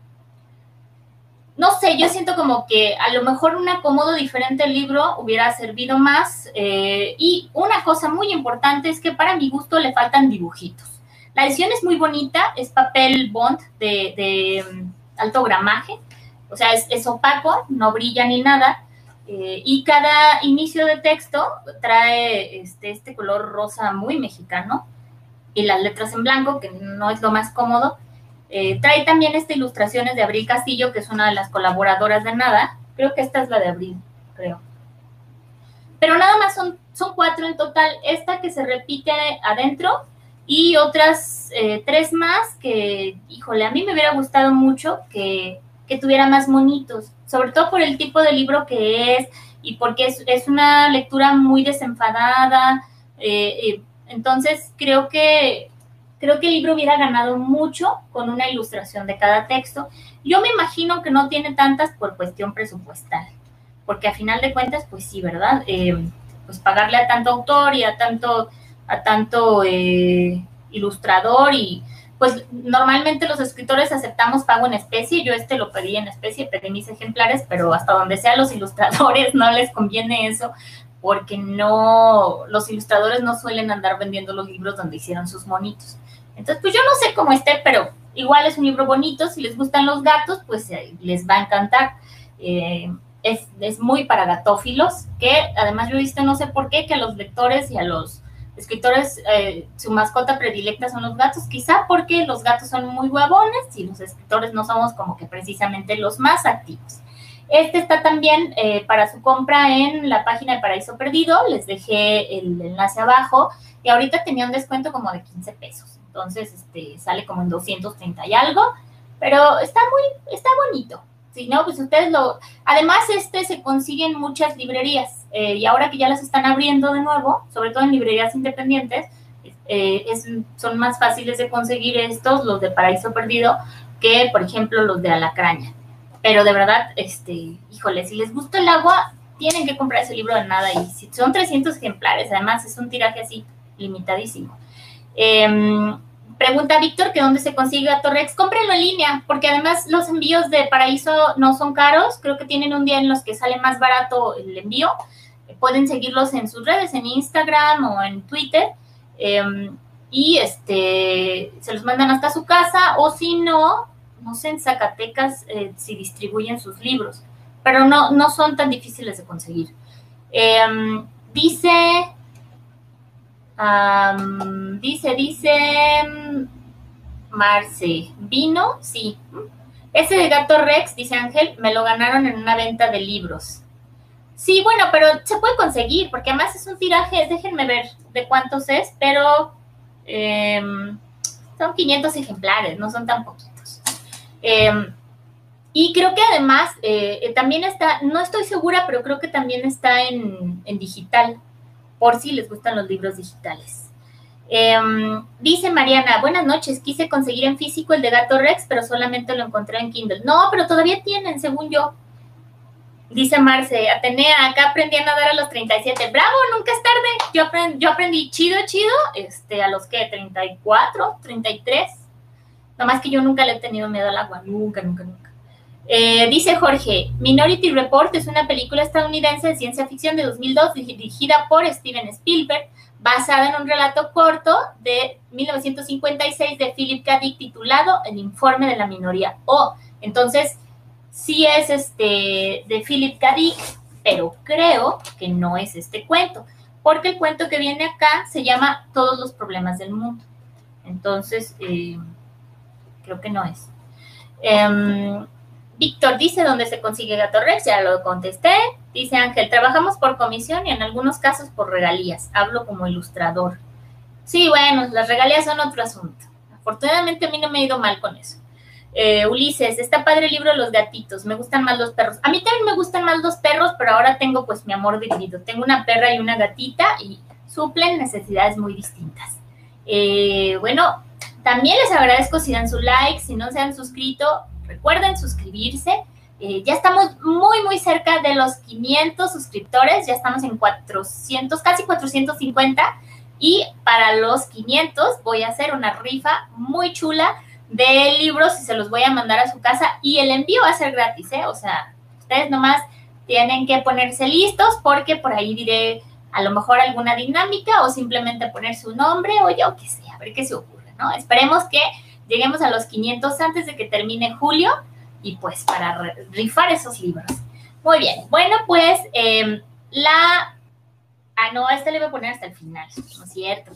no sé, yo siento como que a lo mejor un acomodo diferente del libro hubiera servido más, eh, y una cosa muy importante es que para mi gusto le faltan dibujitos. La edición es muy bonita, es papel bond de, de um, alto gramaje, o sea, es, es opaco, no brilla ni nada, eh, y cada inicio de texto trae este, este color rosa muy mexicano, y las letras en blanco, que no es lo más cómodo. Eh, trae también estas ilustraciones de Abril Castillo, que es una de las colaboradoras de Nada. Creo que esta es la de Abril, creo. Pero nada más son, son cuatro en total. Esta que se repite adentro y otras eh, tres más que, híjole, a mí me hubiera gustado mucho que, que tuviera más monitos, sobre todo por el tipo de libro que es y porque es, es una lectura muy desenfadada, eh, eh, entonces, creo que, creo que el libro hubiera ganado mucho con una ilustración de cada texto. Yo me imagino que no tiene tantas por cuestión presupuestal, porque a final de cuentas, pues sí, ¿verdad? Eh, pues pagarle a tanto autor y a tanto, a tanto eh, ilustrador y pues normalmente los escritores aceptamos pago en especie. Yo este lo pedí en especie, pedí mis ejemplares, pero hasta donde sea los ilustradores no les conviene eso, porque no, los ilustradores no suelen andar vendiendo los libros donde hicieron sus monitos. Entonces, pues yo no sé cómo esté, pero igual es un libro bonito. Si les gustan los gatos, pues eh, les va a encantar. Eh, es, es muy para gatófilos, que además yo he visto, no sé por qué, que a los lectores y a los escritores eh, su mascota predilecta son los gatos, quizá porque los gatos son muy huevones y los escritores no somos como que precisamente los más activos. Este está también eh, para su compra en la página de Paraíso Perdido. Les dejé el enlace abajo y ahorita tenía un descuento como de quince pesos. Entonces, este, sale como en doscientos treinta y algo, pero está muy, está bonito. Si no, pues ustedes lo... Además, este se consigue en muchas librerías eh, y ahora que ya las están abriendo de nuevo, sobre todo en librerías independientes, eh, es, son más fáciles de conseguir estos, los de Paraíso Perdido, que, por ejemplo, los de Alacraña. Pero de verdad, este, híjole, si les gusta el agua, tienen que comprar ese libro de nada. Y si son trescientos ejemplares, además es un tiraje así limitadísimo. Eh, pregunta Víctor que dónde se consigue Gatorrex. Cómprenlo en línea, porque además los envíos de Paraíso no son caros. Creo que tienen un día en los que sale más barato el envío. Pueden seguirlos en sus redes, en Instagram o en Twitter. Eh, y este se los mandan hasta su casa, o si no, no sé, en Zacatecas eh, si distribuyen sus libros, pero no, no son tan difíciles de conseguir. Eh, dice, um, dice, dice, Marce, ¿vino? Sí. Ese de Gatorrex, dice Ángel, me lo ganaron en una venta de libros. Sí, bueno, pero se puede conseguir, porque además es un tiraje, déjenme ver de cuántos es, pero eh, son quinientos ejemplares, no son tan poquitos. Eh, y creo que además eh, también está, no estoy segura, pero creo que también está en, en digital, por si les gustan los libros digitales. Eh, dice Mariana, buenas noches, quise conseguir en físico el de Gatorrex, pero solamente lo encontré en Kindle. No, pero todavía tienen, según yo. Dice Marce, Atenea, acá aprendí a nadar a los treinta y siete. ¡Bravo! Nunca es tarde. Yo aprendí, yo aprendí chido, chido, este, a los que treinta y cuatro, treinta y tres. Nomás que yo nunca le he tenido miedo al agua. Nunca, nunca, nunca. Eh, dice Jorge, Minority Report es una película estadounidense de ciencia ficción de dos mil dos dirigida por Steven Spielberg, basada en un relato corto de mil novecientos cincuenta y seis de Philip K. Dick titulado El informe de la minoría O. Entonces, sí es este de Philip K. Dick, pero creo que no es este cuento, porque el cuento que viene acá se llama Todos los problemas del mundo. Entonces, eh, creo que no es. Um, Víctor dice dónde se consigue Gatorrex, ya lo contesté. Dice Ángel, trabajamos por comisión y en algunos casos por regalías. Hablo como ilustrador. Sí, bueno, las regalías son otro asunto. Afortunadamente a mí no me ha ido mal con eso. Eh, Ulises, está padre el libro de los gatitos, me gustan más los perros. A mí también me gustan más los perros, pero ahora tengo pues mi amor dividido. Tengo una perra y una gatita y suplen necesidades muy distintas. Eh, bueno, también les agradezco si dan su like, si no se han suscrito, recuerden suscribirse. Eh, ya estamos muy, muy cerca de los quinientos suscriptores, ya estamos en cuatrocientos, casi cuatrocientos cincuenta. Y para los quinientos voy a hacer una rifa muy chula de libros y se los voy a mandar a su casa y el envío va a ser gratis, ¿eh? O sea, ustedes nomás tienen que ponerse listos porque por ahí diré a lo mejor alguna dinámica o simplemente poner su nombre o yo qué sé, a ver qué se ocurre, ¿no? Esperemos que lleguemos a los quinientos antes de que termine julio y pues para rifar esos libros. Muy bien, bueno, pues eh, la... Ah, no, esta le voy a poner hasta el final, no es cierto.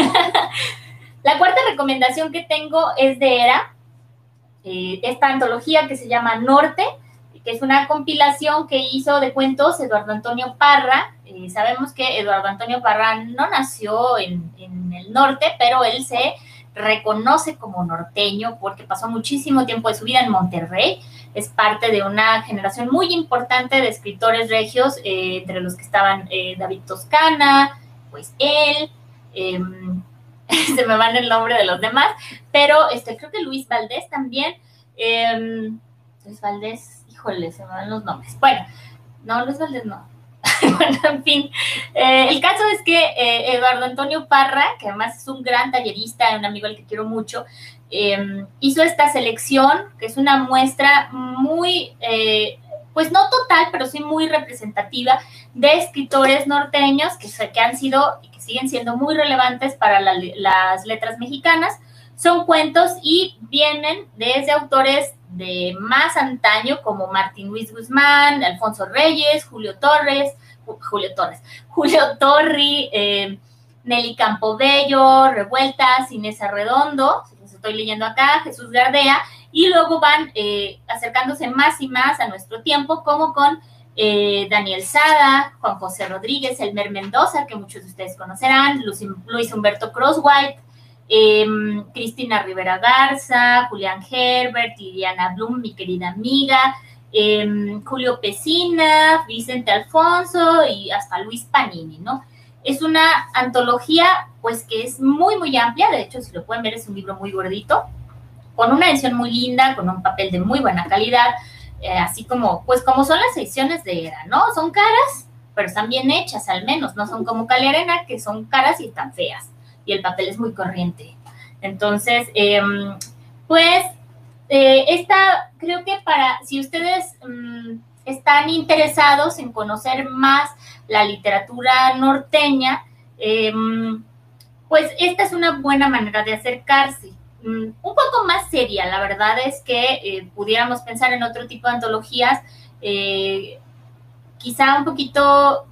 La cuarta recomendación que tengo es de Era, eh, esta antología que se llama Norte, que es una compilación que hizo de cuentos Eduardo Antonio Parra. Eh, sabemos que Eduardo Antonio Parra no nació en, en el norte, pero él se reconoce como norteño porque pasó muchísimo tiempo de su vida en Monterrey. Es parte de una generación muy importante de escritores regios, eh, entre los que estaban eh, David Toscana, pues él... Eh, se me van el nombre de los demás, pero este, creo que Luis Valdés también, eh, Luis Valdés, híjole, se me van los nombres. Bueno, no, Luis Valdés no. Bueno, en fin, eh, el caso es que eh, Eduardo Antonio Parra, que además es un gran tallerista, un amigo al que quiero mucho, eh, hizo esta selección, que es una muestra muy, eh, pues no total, pero sí muy representativa de escritores norteños que, que han sido y que siguen siendo muy relevantes para la, las letras mexicanas. Son cuentos y vienen desde autores de más antaño como Martín Luis Guzmán, Alfonso Reyes, Julio Torres, Julio Torres, Julio Torri, eh, Nelly Campobello, Revueltas, Inés Arredondo, si los estoy leyendo acá, Jesús Gardea, y luego van eh, acercándose más y más a nuestro tiempo, como con eh, Daniel Sada, Juan José Rodríguez, Elmer Mendoza, que muchos de ustedes conocerán, Luis, Luis Humberto Crosswhite, eh, Cristina Rivera Garza, Julián Herbert, Liliana Blum, mi querida amiga, eh, Julio Pesina, Vicente Alfonso y hasta Luis Panini, ¿no? Es una antología, pues, que es muy, muy amplia. De hecho, si lo pueden ver, es un libro muy gordito, con una edición muy linda, con un papel de muy buena calidad, eh, así como, pues, como son las ediciones de Era, ¿no? Son caras, pero están bien hechas, al menos. No son como Cali Arena, que son caras y están feas. Y el papel es muy corriente. Entonces, eh, pues, eh, esta, creo que para, si ustedes um, están interesados en conocer más la literatura norteña, eh, pues esta es una buena manera de acercarse. Um, un poco más seria, la verdad es que eh, pudiéramos pensar en otro tipo de antologías, eh, quizá un poquito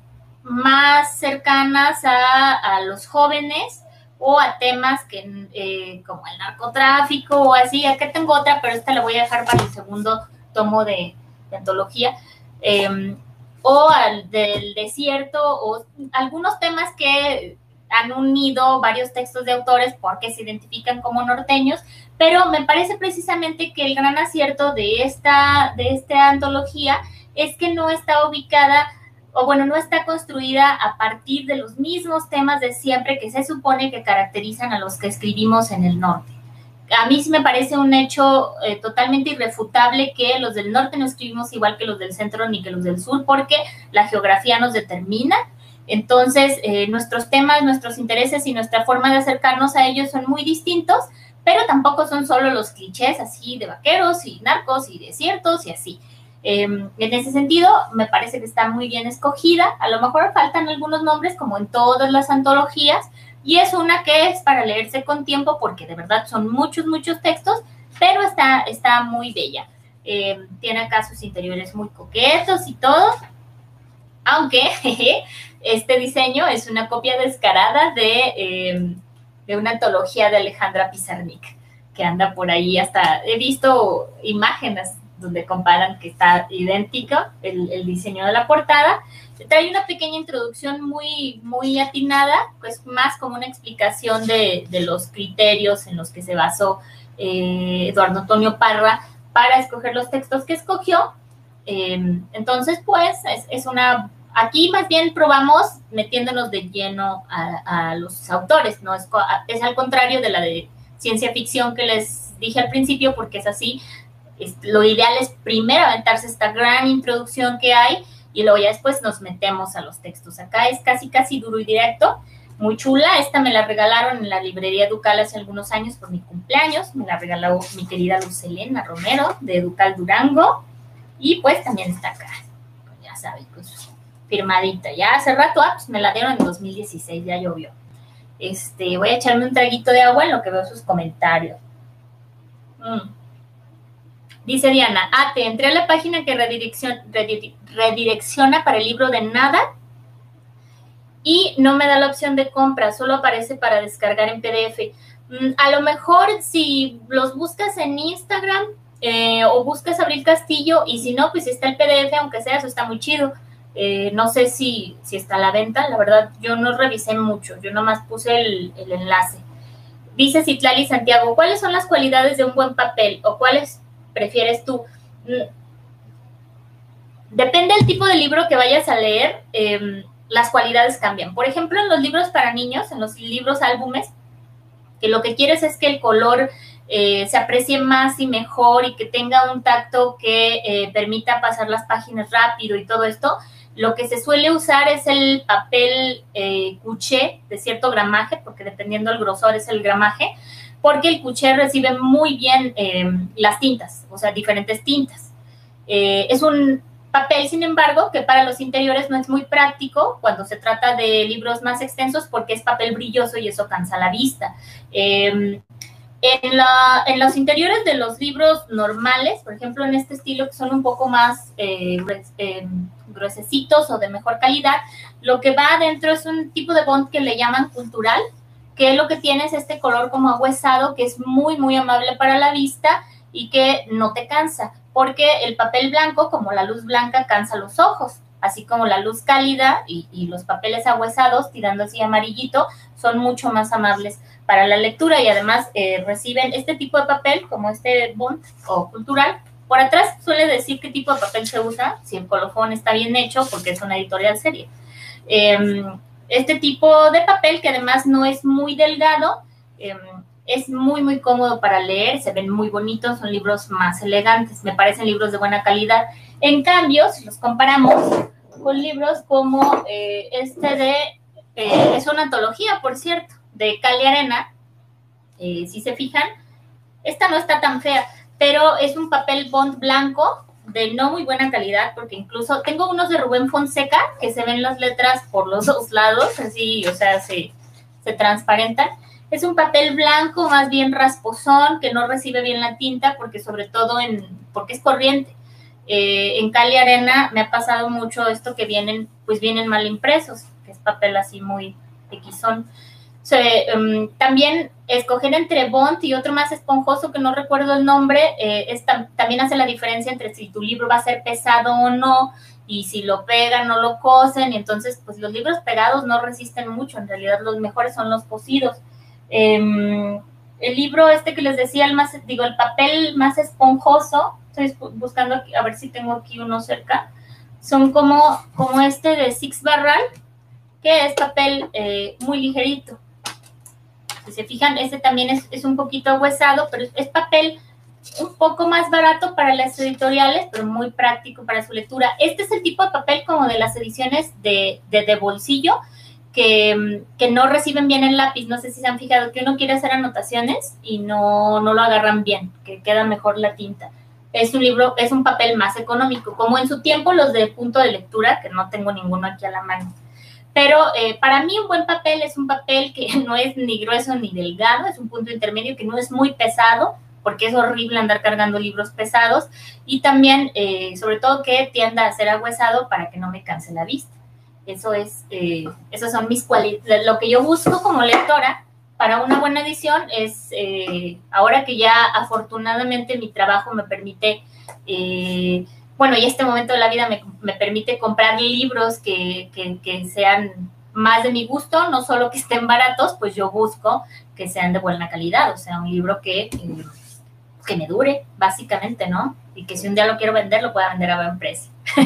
más cercanas a, a los jóvenes o a temas que eh, como el narcotráfico o así. Aquí tengo otra, pero esta la voy a dejar para el segundo tomo de, de antología. Eh, o al del desierto, o algunos temas que han unido varios textos de autores porque se identifican como norteños, pero me parece precisamente que el gran acierto de esta, de esta antología es que no está ubicada, o bueno, no está construida a partir de los mismos temas de siempre que se supone que caracterizan a los que escribimos en el norte. A mí sí me parece un hecho eh, totalmente irrefutable que los del norte no escribimos igual que los del centro ni que los del sur, porque la geografía nos determina. Entonces, eh, nuestros temas, nuestros intereses y nuestra forma de acercarnos a ellos son muy distintos, pero tampoco son solo los clichés así de vaqueros y narcos y desiertos y así. Eh, en ese sentido, me parece que está muy bien escogida. A lo mejor faltan algunos nombres, como en todas las antologías, y es una que es para leerse con tiempo, porque de verdad son muchos, muchos textos, pero está, está muy bella. Eh, tiene acá sus interiores muy coquetos y todo, aunque jeje, este diseño es una copia descarada de, eh, de una antología de Alejandra Pizarnik, que anda por ahí. Hasta he visto imágenes donde comparan que está idéntico el, el diseño de la portada. Trae una pequeña introducción muy, muy atinada, pues más como una explicación de, de los criterios en los que se basó eh, Eduardo Antonio Parra para escoger los textos que escogió. Eh, entonces, pues, es, es una... Aquí más bien probamos metiéndonos de lleno a, a los autores, ¿no? Es, es al contrario de la de ciencia ficción que les dije al principio, porque es así. Es, lo ideal es primero aventarse esta gran introducción que hay y luego ya después nos metemos a los textos. Acá es casi, casi duro y directo. Muy chula. Esta me la regalaron en la librería Educal hace algunos años por mi cumpleaños. Me la regaló mi querida Luz Elena Romero de Educal Durango. Y pues también está acá. Pues ya saben, pues firmadita. Ya hace rato, ah, pues me la dieron en dos mil dieciséis, ya llovió. Este, voy a echarme un traguito de agua en lo que veo sus comentarios. Mm. Dice Diana, ah, te entré a la página que redirecciona, redirecciona para el libro de nada y no me da la opción de compra, solo aparece para descargar en P D F. Mm, a lo mejor si los buscas en Instagram eh, o buscas Abril Castillo, y si no, pues está el P D F, aunque sea, eso está muy chido. Eh, no sé si, si está a la venta, la verdad yo no revisé mucho, yo nomás puse el, el enlace. Dice Citlali Santiago, ¿cuáles son las cualidades de un buen papel o cuáles prefieres tú? Depende del tipo de libro que vayas a leer, eh, las cualidades cambian. Por ejemplo, en los libros para niños, en los libros álbumes, que lo que quieres es que el color eh, se aprecie más y mejor y que tenga un tacto que eh, permita pasar las páginas rápido y todo esto, lo que se suele usar es el papel eh, cuché de cierto gramaje, porque dependiendo del grosor es el gramaje, porque el cuché recibe muy bien eh, las tintas, o sea, diferentes tintas. Eh, es un papel, sin embargo, que para los interiores no es muy práctico cuando se trata de libros más extensos, porque es papel brilloso y eso cansa la vista. Eh, en, la, en los interiores de los libros normales, por ejemplo, en este estilo, que son un poco más eh, eh, gruesecitos o de mejor calidad, lo que va adentro es un tipo de bond que le llaman cultural, que lo que tiene es este color como ahuesado, que es muy, muy amable para la vista y que no te cansa, porque el papel blanco, como la luz blanca, cansa los ojos, así como la luz cálida y, y los papeles ahuesados, tirando así amarillito, son mucho más amables para la lectura y además eh, reciben este tipo de papel, como este bond o cultural. Por atrás suele decir qué tipo de papel se usa, si el colofón está bien hecho, porque es una editorial seria. Eh, este tipo de papel, que además no es muy delgado, eh, es muy, muy cómodo para leer, se ven muy bonitos, son libros más elegantes, me parecen libros de buena calidad. En cambio, si los comparamos con libros como eh, este de, eh, es una antología, por cierto, de Cal y Arena, eh, si se fijan, esta no está tan fea, pero es un papel bond blanco de no muy buena calidad, porque incluso tengo unos de Rubén Fonseca que se ven las letras por los dos lados, así, o sea, se, se transparentan. Es un papel blanco más bien rasposón, que no recibe bien la tinta, porque sobre todo en, porque es corriente. Eh, en Cal y Arena me ha pasado mucho esto que vienen, pues vienen mal impresos, que es papel así muy equisón. O sea, um, también escoger entre bond y otro más esponjoso que no recuerdo el nombre, eh, es tam también hace la diferencia entre si tu libro va a ser pesado o no, y si lo pegan o lo cosen, y entonces pues los libros pegados no resisten mucho, en realidad los mejores son los cosidos. Eh, el libro este que les decía, el más, digo, el papel más esponjoso, estoy buscando aquí, a ver si tengo aquí uno cerca, son como, como este de Six Barral, que es papel eh, muy ligerito. Si se fijan, este también es, es un poquito ahuesado, pero es, es papel un poco más barato para las editoriales, pero muy práctico para su lectura. Este es el tipo de papel como de las ediciones de, de, de bolsillo, que, que no reciben bien el lápiz. No sé si se han fijado que uno quiere hacer anotaciones y no, no lo agarran bien, que queda mejor la tinta. Es un libro, es un papel más económico, como en su tiempo los de punto de lectura, que no tengo ninguno aquí a la mano. Pero eh, para mí un buen papel es un papel que no es ni grueso ni delgado, es un punto intermedio que no es muy pesado, porque es horrible andar cargando libros pesados, y también, eh, sobre todo, que tienda a ser agüesado para que no me canse la vista. Eso es, eh, esas son mis cualidades. Lo que yo busco como lectora para una buena edición es, eh, ahora que ya afortunadamente mi trabajo me permite... Eh, bueno, y este momento de la vida me, me permite comprar libros que, que, que sean más de mi gusto, no solo que estén baratos, pues yo busco que sean de buena calidad, o sea, un libro que, eh, que me dure, básicamente, ¿no? Y que si un día lo quiero vender, lo pueda vender a buen precio.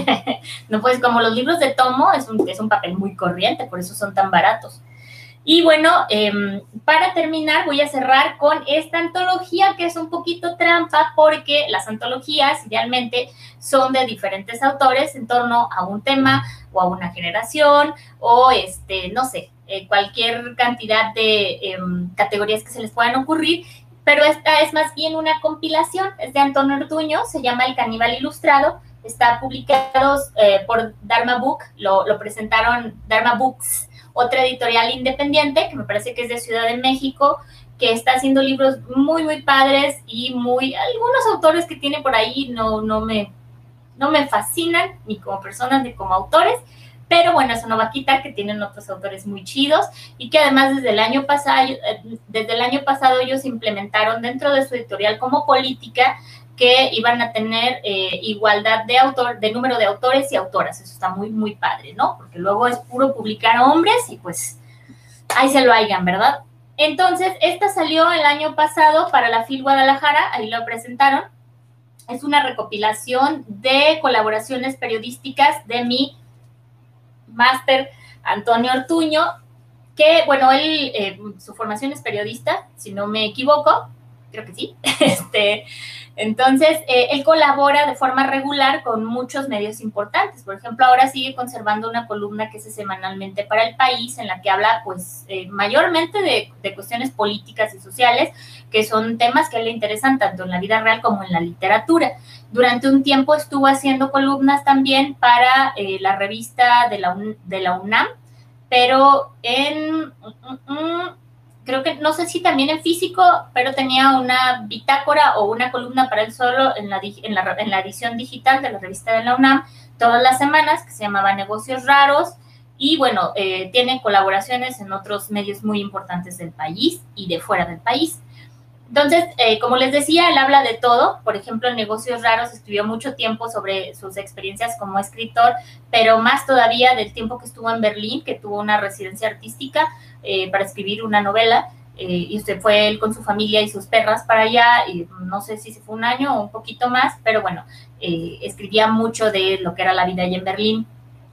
No, pues como los libros de tomo, es un, es un papel muy corriente, por eso son tan baratos. Y bueno, eh, para terminar voy a cerrar con esta antología que es un poquito trampa, porque las antologías idealmente son de diferentes autores en torno a un tema o a una generación o este, no sé, eh, cualquier cantidad de eh, categorías que se les puedan ocurrir, pero esta es más bien una compilación, es de Antonio Ortuño, se llama El Caníbal Ilustrado, está publicado eh, por Dharma Book, lo, lo presentaron Dharma Books, otra editorial independiente, que me parece que es de Ciudad de México, que está haciendo libros muy, muy padres y muy... Algunos autores que tiene por ahí no, no, me, no me fascinan, ni como personas, ni como autores, pero bueno, eso no va a quitar que tienen otros autores muy chidos y que además desde el año pasado, desde el año pasado ellos implementaron dentro de su editorial como política que iban a tener eh, igualdad de autor, de número de autores y autoras. Eso está muy, muy padre, ¿no? Porque luego es puro publicar hombres y pues ahí se lo hayan, ¿verdad? Entonces, esta salió el año pasado para la FIL Guadalajara, ahí lo presentaron. Es una recopilación de colaboraciones periodísticas de mi máster Antonio Ortuño, que, bueno, él, eh, su formación es periodista, si no me equivoco, creo que sí, este... Entonces, eh, él colabora de forma regular con muchos medios importantes. Por ejemplo, ahora sigue conservando una columna que es semanalmente para El País, en la que habla, pues, eh, mayormente de, de cuestiones políticas y sociales, que son temas que a él le interesan tanto en la vida real como en la literatura. Durante un tiempo estuvo haciendo columnas también para eh, la revista de la, de la UNAM, pero en... Mm, mm, creo que, no sé si también en físico, pero tenía una bitácora o una columna para él solo en la, en la, en la edición digital de la revista de la UNAM todas las semanas, que se llamaba Negocios Raros, y bueno, eh, tiene colaboraciones en otros medios muy importantes del país y de fuera del país. Entonces, eh, como les decía, él habla de todo. Por ejemplo, en Negocios Raros escribió mucho tiempo sobre sus experiencias como escritor, pero más todavía del tiempo que estuvo en Berlín, que tuvo una residencia artística eh, para escribir una novela. Eh, y se fue él con su familia y sus perras para allá, y no sé si se fue un año o un poquito más, pero bueno, eh, escribía mucho de lo que era la vida allá en Berlín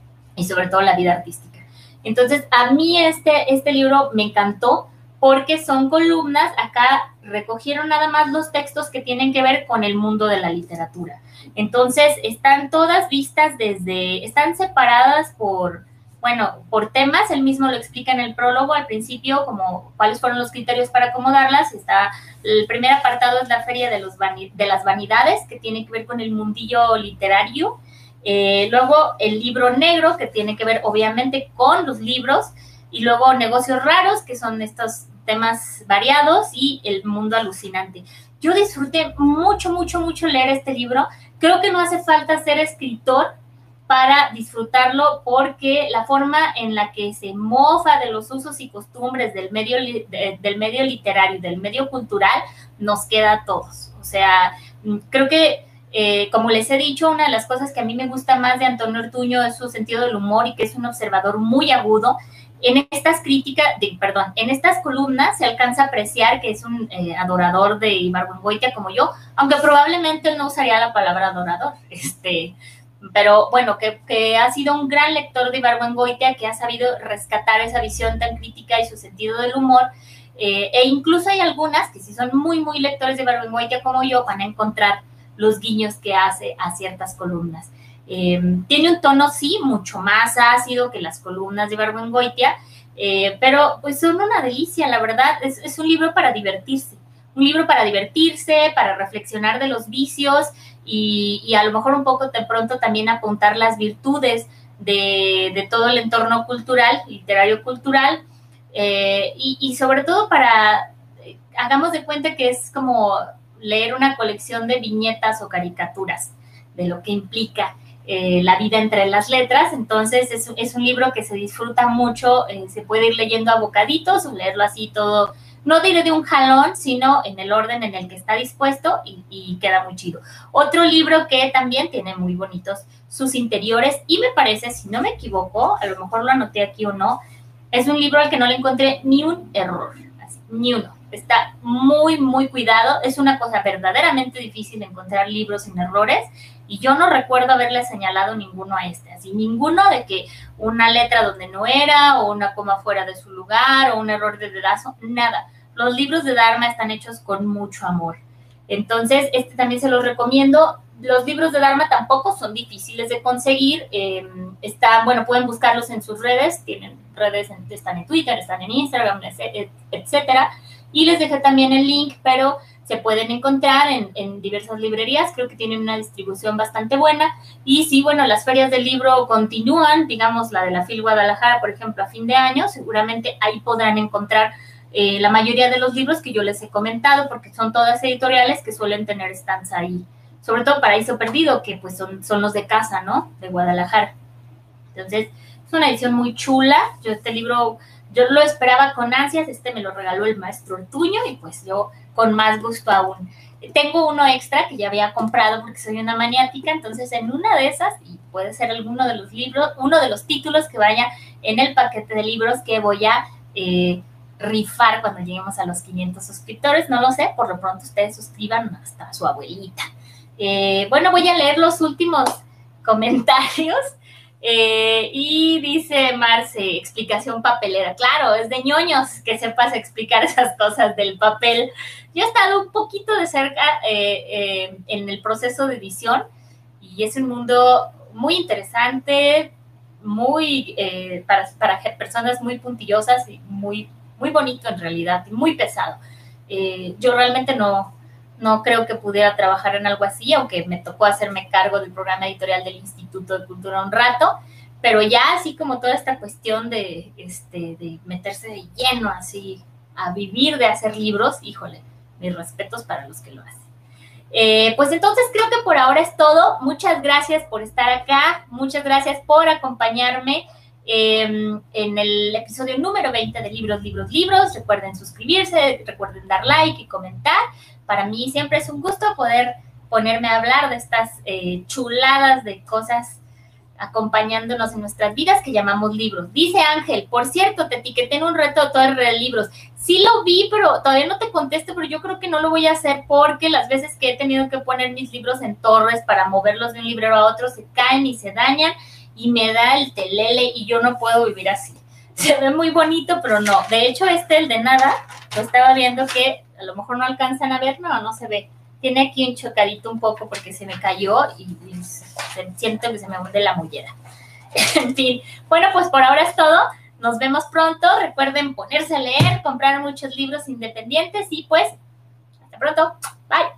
y sobre todo la vida artística. Entonces, a mí este, este libro me encantó porque son columnas, acá recogieron nada más los textos que tienen que ver con el mundo de la literatura. Entonces, están todas vistas desde, están separadas por, bueno, por temas, él mismo lo explica en el prólogo al principio, como cuáles fueron los criterios para acomodarlas. Está, el primer apartado es la Feria de, los de las Vanidades, que tiene que ver con el mundillo literario. Eh, luego el libro negro, que tiene que ver obviamente con los libros, y luego Negocios Raros, que son estos temas variados, y El Mundo Alucinante. Yo disfruté mucho, mucho, mucho leer este libro. Creo que no hace falta ser escritor para disfrutarlo, porque la forma en la que se mofa de los usos y costumbres del medio, de, del medio literario, del medio cultural, nos queda a todos. O sea, creo que Eh, como les he dicho, una de las cosas que a mí me gusta más de Antonio Ortuño es su sentido del humor y que es un observador muy agudo. En estas críticas, de, perdón, en estas columnas se alcanza a apreciar que es un eh, adorador de Ibargüengoitia como yo, aunque probablemente él no usaría la palabra adorador, este, pero bueno, que, que ha sido un gran lector de Ibargüengoitia, que ha sabido rescatar esa visión tan crítica y su sentido del humor. Eh, e incluso hay algunas que si son muy, muy lectores de Ibargüengoitia como yo, van a encontrar los guiños que hace a ciertas columnas. Eh, tiene un tono, sí, mucho más ácido que las columnas de Ibargüengoitia, eh, pero pues son una delicia, la verdad. Es, es un libro para divertirse, un libro para divertirse, para reflexionar de los vicios y, y a lo mejor un poco de pronto también apuntar las virtudes de, de todo el entorno cultural, literario-cultural, eh, y, y sobre todo para, eh, hagamos de cuenta que es como leer una colección de viñetas o caricaturas de lo que implica eh, la vida entre las letras. Entonces es, es un libro que se disfruta mucho, eh, se puede ir leyendo a bocaditos o leerlo así todo, no diré de un jalón, sino en el orden en el que está dispuesto, y, y queda muy chido. Otro libro que también tiene muy bonitos sus interiores, y me parece, si no me equivoco, a lo mejor lo anoté aquí o no, es un libro al que no le encontré ni un error, así, ni uno. Está muy, muy cuidado. Es una cosa verdaderamente difícil encontrar libros sin errores, y yo no recuerdo haberle señalado ninguno a este, así, ninguno de que una letra donde no era, o una coma fuera de su lugar, o un error de dedazo, nada. Los libros de Dharma están hechos con mucho amor. Entonces, este también se los recomiendo. Los libros de Dharma tampoco son difíciles de conseguir. Eh, están, bueno, pueden buscarlos en sus redes. Tienen redes, en, están en Twitter, están en Instagram, etcétera. Y les dejé también el link, pero se pueden encontrar en, en diversas librerías. Creo que tienen una distribución bastante buena. Y sí, bueno, las ferias del libro continúan, digamos, la de la FIL Guadalajara, por ejemplo, a fin de año. Seguramente ahí podrán encontrar eh, la mayoría de los libros que yo les he comentado, porque son todas editoriales que suelen tener stands ahí. Sobre todo Paraíso Perdido, que pues son, son los de casa, ¿no? De Guadalajara. Entonces, es una edición muy chula. Yo este libro, yo lo esperaba con ansias. Este me lo regaló el maestro Ortuño, y pues yo con más gusto aún. Tengo uno extra que ya había comprado porque soy una maniática, entonces en una de esas, y puede ser alguno de los libros, uno de los títulos que vaya en el paquete de libros que voy a eh, rifar cuando lleguemos a los quinientos suscriptores, no lo sé, por lo pronto ustedes suscriban hasta a su abuelita. Eh, bueno, voy a leer los últimos comentarios. Eh, y dice Marce, explicación papelera. Claro, es de ñoños que sepas explicar esas cosas del papel. Yo he estado un poquito de cerca eh, eh, en el proceso de edición, y es un mundo muy interesante, muy eh, para, para personas muy puntillosas y muy, muy bonito en realidad, y muy pesado. Eh, yo realmente no... No creo que pudiera trabajar en algo así, aunque me tocó hacerme cargo del programa editorial del Instituto de Cultura un rato, pero ya así como toda esta cuestión de, este, de meterse de lleno así a vivir de hacer libros, híjole, mis respetos para los que lo hacen. Eh, pues entonces creo que por ahora es todo. Muchas gracias por estar acá, muchas gracias por acompañarme. eh, en el episodio número veinte de Libros, Libros, Libros. Recuerden suscribirse, recuerden dar like y comentar. Para mí siempre es un gusto poder ponerme a hablar de estas eh, chuladas de cosas acompañándonos en nuestras vidas que llamamos libros. Dice Ángel, por cierto, te etiqueté en un reto de Torre de Libros. Sí lo vi, pero todavía no te contesto, pero yo creo que no lo voy a hacer porque las veces que he tenido que poner mis libros en torres para moverlos de un librero a otro, se caen y se dañan y me da el telele y yo no puedo vivir así. Se ve muy bonito, pero no. De hecho, este, el de nada, lo estaba viendo que a lo mejor no alcanzan a ver, no, no se ve. Tiene aquí un chocadito un poco porque se me cayó y, y se, siento que se me hunde la mollera. En fin, bueno, pues por ahora es todo. Nos vemos pronto. Recuerden ponerse a leer, comprar muchos libros independientes y pues, hasta pronto. Bye.